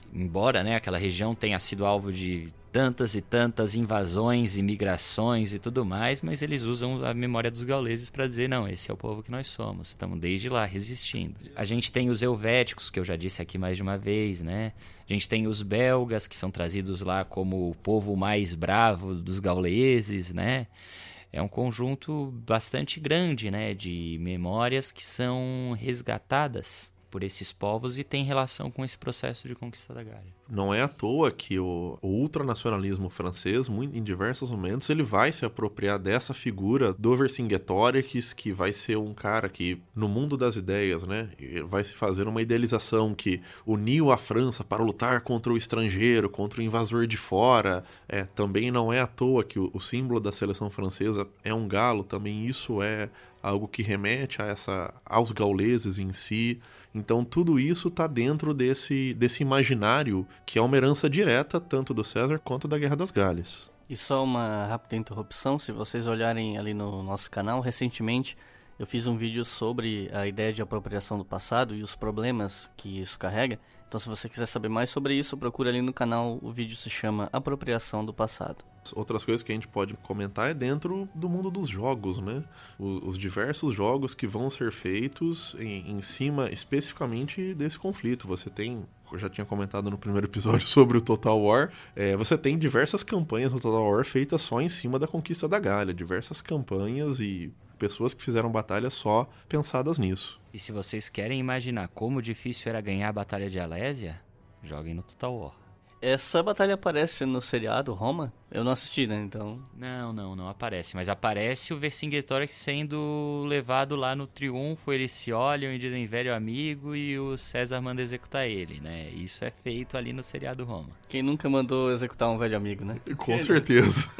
embora, né, aquela região tenha sido alvo de tantas e tantas invasões e migrações e tudo mais, mas eles usam a memória dos gauleses para dizer, não, esse é o povo que nós somos, estamos desde lá resistindo. A gente tem os helvéticos, que eu já disse aqui mais de uma vez, né? A gente tem os belgas, que são trazidos lá como o povo mais bravo dos gauleses, né? É um conjunto bastante grande, né, de memórias que são resgatadas por esses povos e tem relação com esse processo de conquista da Gália. Não é à toa que o, o ultranacionalismo francês, muito, em diversos momentos, ele vai se apropriar dessa figura do Vercingetorix, que vai ser um cara que, no mundo das ideias, né, vai se fazer uma idealização que uniu a França para lutar contra o estrangeiro, contra o invasor de fora. É, também não é à toa que o, o símbolo da seleção francesa é um galo, também isso é algo que remete a essa, aos gauleses em si. Então tudo isso está dentro desse, desse imaginário que é uma herança direta tanto do César quanto da Guerra das Galhas. E só uma rápida interrupção, se vocês olharem ali no nosso canal, recentemente eu fiz um vídeo sobre a ideia de apropriação do passado e os problemas que isso carrega. Então se você quiser saber mais sobre isso, procura ali no canal, o vídeo se chama Apropriação do Passado. Outras coisas que a gente pode comentar é dentro do mundo dos jogos, né? Os, os diversos jogos que vão ser feitos em, em cima especificamente desse conflito. Você tem, eu já tinha comentado no primeiro episódio sobre o Total War, é, você tem diversas campanhas no Total War feitas só em cima da conquista da Gália, diversas campanhas e pessoas que fizeram batalhas só pensadas nisso. E se vocês querem imaginar como difícil era ganhar a Batalha de Alésia, joguem no Total War. Essa batalha aparece no seriado Roma? Eu não assisti, né? Então... Não, não, não aparece. Mas aparece o Vercingetorix sendo levado lá no triunfo. Eles se olham e dizem velho amigo e o César manda executar ele, né? Isso é feito ali no seriado Roma. Quem nunca mandou executar um velho amigo, né? Com certeza.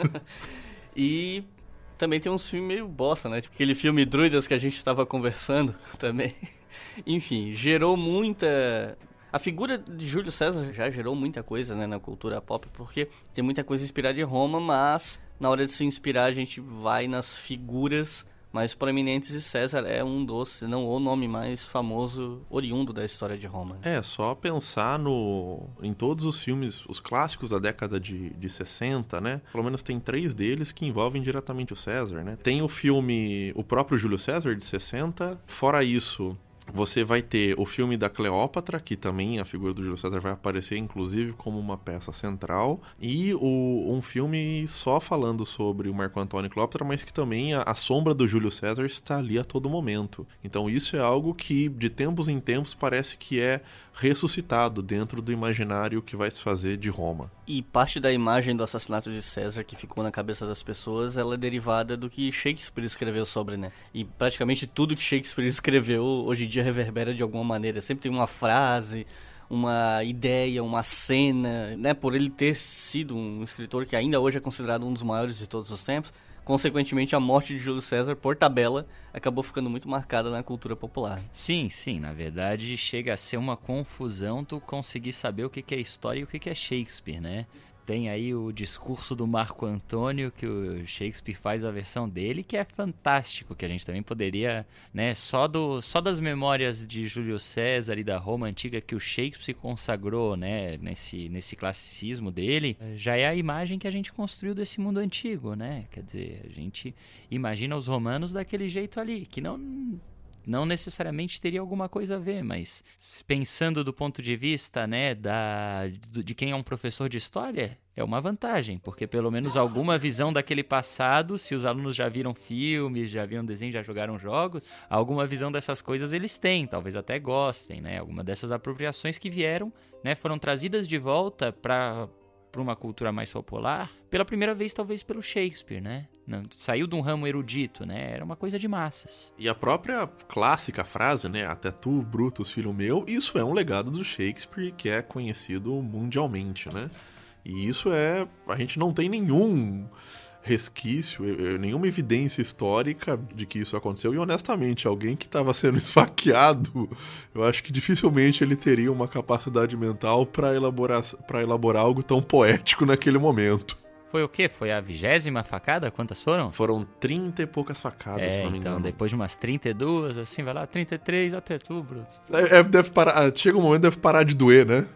E também tem uns filmes meio bosta, né? Tipo aquele filme Druidas que a gente tava conversando também. Enfim, gerou muita... A figura de Júlio César já gerou muita coisa, né, na cultura pop, porque tem muita coisa inspirada em Roma, mas na hora de se inspirar a gente vai nas figuras mais proeminentes e César é um dos, se não o nome mais famoso oriundo da história de Roma. Né? É, só pensar no, em todos os filmes, os clássicos da década de, de sessenta, né? Pelo menos tem três deles que envolvem diretamente o César, né? Tem o filme, o próprio Júlio César de sessenta, fora isso... Você vai ter o filme da Cleópatra, que também a figura do Júlio César vai aparecer, inclusive, como uma peça central. E o, um filme só falando sobre o Marco Antônio e Cleópatra, mas que também a, a sombra do Júlio César está ali a todo momento. Então isso é algo que, de tempos em tempos, parece que é ressuscitado dentro do imaginário que vai se fazer de Roma. E parte da imagem do assassinato de César que ficou na cabeça das pessoas, ela é derivada do que Shakespeare escreveu sobre, né? E praticamente tudo que Shakespeare escreveu hoje em dia reverbera de alguma maneira. Sempre tem uma frase, uma ideia, uma cena, né? Por ele ter sido um escritor que ainda hoje é considerado um dos maiores de todos os tempos, consequentemente a morte de Júlio César, por tabela, acabou ficando muito marcada na cultura popular. Sim, sim, na verdade chega a ser uma confusão tu conseguir saber o que é história e o que é Shakespeare, né? Tem aí o discurso do Marco Antônio, que o Shakespeare faz a versão dele, que é fantástico, que a gente também poderia, né, só, do, só das memórias de Júlio César e da Roma Antiga que o Shakespeare consagrou, né, nesse, nesse classicismo dele, já é a imagem que a gente construiu desse mundo antigo, né? Quer dizer, a gente imagina os romanos daquele jeito ali, que não... não necessariamente teria alguma coisa a ver, mas pensando do ponto de vista, né, da, de quem é um professor de história, é uma vantagem, porque pelo menos alguma visão daquele passado, se os alunos já viram filmes, já viram desenhos, já jogaram jogos, alguma visão dessas coisas eles têm, talvez até gostem, né, alguma dessas apropriações que vieram, né, foram trazidas de volta para... para uma cultura mais popular, pela primeira vez talvez pelo Shakespeare, né? Não, saiu de um ramo erudito, né? Era uma coisa de massas. E a própria clássica frase, né? Até tu, Brutus, filho meu, isso é um legado do Shakespeare que é conhecido mundialmente, né? E isso é... a gente não tem nenhum resquício, nenhuma evidência histórica de que isso aconteceu. E honestamente, alguém que estava sendo esfaqueado, eu acho que dificilmente ele teria uma capacidade mental para elaborar, para elaborar algo tão poético naquele momento. Foi o quê? Foi a vigésima facada? Quantas foram? Foram trinta e poucas facadas, é, se não me engano. Então, depois de umas trinta e duas, assim, vai lá, trinta e três, até tu, Bruto. É, é, deve parar, chega um momento deve parar de doer, né?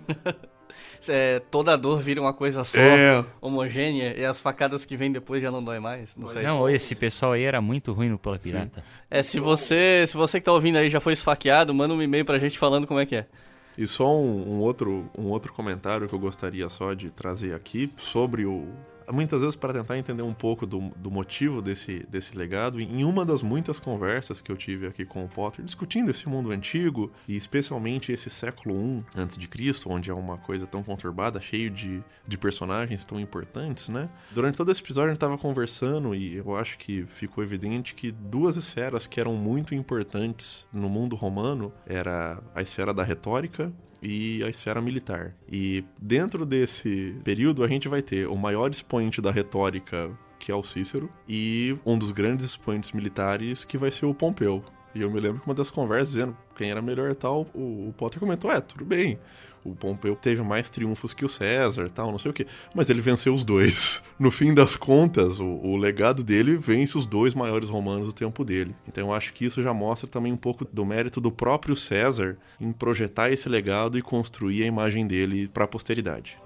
É, toda dor vira uma coisa só, É. homogênea, e as facadas que vêm depois já não dói mais, não sei. Não, esse pessoal aí era muito ruim no Pula Pirata. É, se você, se você que tá ouvindo aí já foi esfaqueado, manda um e-mail pra gente falando como é que é. E só um, um outro, um outro comentário que eu gostaria só de trazer aqui sobre o... Muitas vezes para tentar entender um pouco do, do motivo desse, desse legado, em uma das muitas conversas que eu tive aqui com o Potter, discutindo esse mundo antigo, e especialmente esse século I antes de Cristo, onde é uma coisa tão conturbada, cheio de, de personagens tão importantes, né? Durante todo esse episódio a gente estava conversando e eu acho que ficou evidente que duas esferas que eram muito importantes no mundo romano era a esfera da retórica e a esfera militar. E dentro desse período a gente vai ter o maior expoente da retórica, que é o Cícero, e um dos grandes expoentes militares, que vai ser o Pompeu. E eu me lembro que uma das conversas dizendo quem era melhor e tal, o, o Potter comentou, é, tudo bem, o Pompeu teve mais triunfos que o César, tal, não sei o quê, mas ele venceu os dois. No fim das contas, o, o legado dele vence os dois maiores romanos do tempo dele. Então eu acho que isso já mostra também um pouco do mérito do próprio César em projetar esse legado e construir a imagem dele para a posteridade.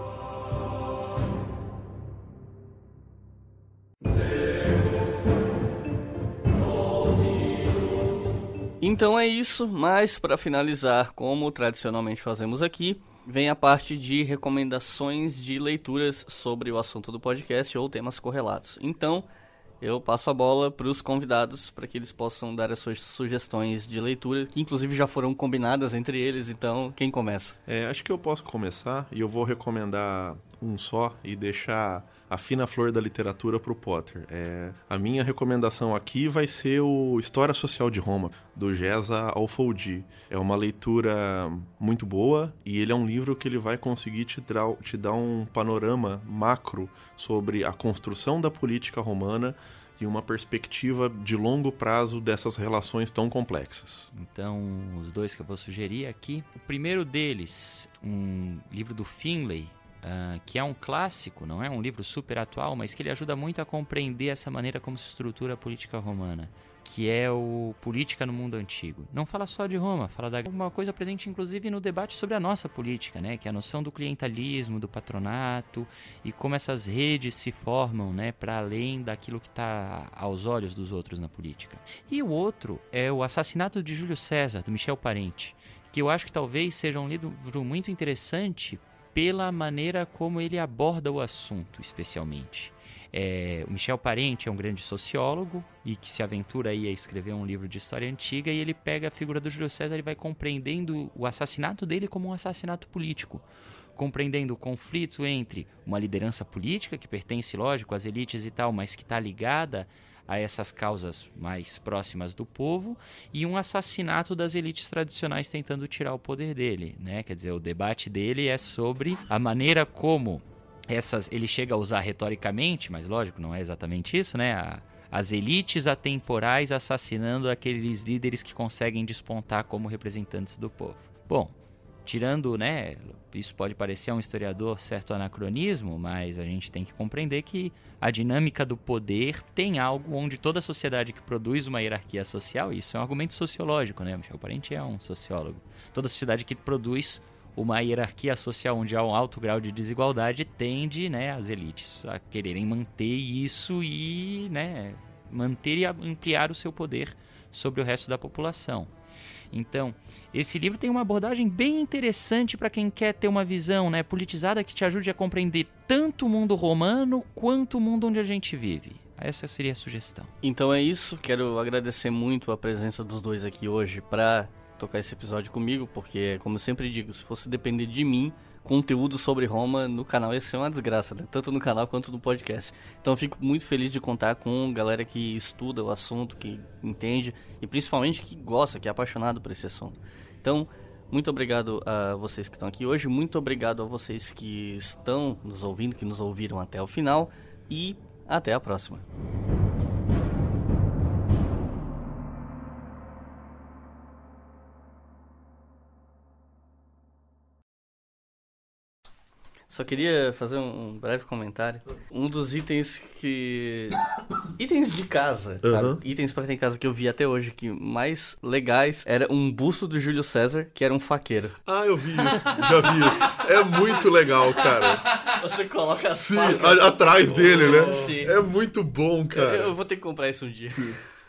Então é isso, mas para finalizar, como tradicionalmente fazemos aqui, vem a parte de recomendações de leituras sobre o assunto do podcast ou temas correlatos. Então, eu passo a bola para os convidados para que eles possam dar as suas sugestões de leitura, que inclusive já foram combinadas entre eles, então quem começa? É, acho que eu posso começar e eu vou recomendar um só e deixar a fina flor da literatura para o Potter. É, a minha recomendação aqui vai ser o História Social de Roma, do Geza Alfoldi. É uma leitura muito boa e ele é um livro que ele vai conseguir te dar, te dar um panorama macro sobre a construção da política romana e uma perspectiva de longo prazo dessas relações tão complexas. Então, os dois que eu vou sugerir aqui. O primeiro deles, um livro do Finlay, Uh, que é um clássico, não é um livro super atual, mas que ele ajuda muito a compreender essa maneira como se estrutura a política romana, que é o Política no Mundo Antigo. Não fala só de Roma, fala de uma coisa presente inclusive no debate sobre a nossa política, né, que é a noção do clientelismo, do patronato e como essas redes se formam, né, para além daquilo que está aos olhos dos outros na política. E o outro é o Assassinato de Júlio César, do Michel Parente, que eu acho que talvez seja um livro muito interessante pela maneira como ele aborda o assunto, especialmente. É, o Michel Parente é um grande sociólogo e que se aventura aí a escrever um livro de história antiga, e ele pega a figura do Júlio César e vai compreendendo o assassinato dele como um assassinato político, compreendendo o conflito entre uma liderança política que pertence, lógico, às elites e tal, mas que está ligada a essas causas mais próximas do povo, e um assassinato das elites tradicionais tentando tirar o poder dele, né? Quer dizer, o debate dele é sobre a maneira como essas, ele chega a usar retoricamente, mas lógico, não é exatamente isso, né? A, as elites atemporais assassinando aqueles líderes que conseguem despontar como representantes do povo. Bom, tirando, né, isso pode parecer a um historiador certo anacronismo, mas a gente tem que compreender que a dinâmica do poder tem algo onde toda sociedade que produz uma hierarquia social, isso é um argumento sociológico, né? Michel Parente é um sociólogo. Toda sociedade que produz uma hierarquia social onde há um alto grau de desigualdade tende, né, as elites a quererem manter isso e, né, manter e ampliar o seu poder sobre o resto da população. Então, esse livro tem uma abordagem bem interessante para quem quer ter uma visão, né, politizada que te ajude a compreender tanto o mundo romano quanto o mundo onde a gente vive. Essa seria a sugestão. Então é isso, quero agradecer muito a presença dos dois aqui hoje para tocar esse episódio comigo, porque, como eu sempre digo, se fosse depender de mim, conteúdo sobre Roma no canal ia ser uma desgraça, né? Tanto no canal quanto no podcast. Então eu fico muito feliz de contar com galera que estuda o assunto, que entende e principalmente que gosta, que é apaixonado por esse assunto. Então, muito obrigado a vocês que estão aqui hoje, muito obrigado a vocês que estão nos ouvindo, que nos ouviram até o final, e até a próxima. Só queria fazer um breve comentário. Um dos itens que... Itens de casa, Uhum. sabe? Itens pra ter em casa que eu vi até hoje que mais legais era um busto do Júlio César, que era um faqueiro. Ah, eu vi isso. Já vi isso. É muito legal, cara. Você coloca as Sim, facas... a- atrás dele, né? Sim. É muito bom, cara. Eu, eu vou ter que comprar isso um dia.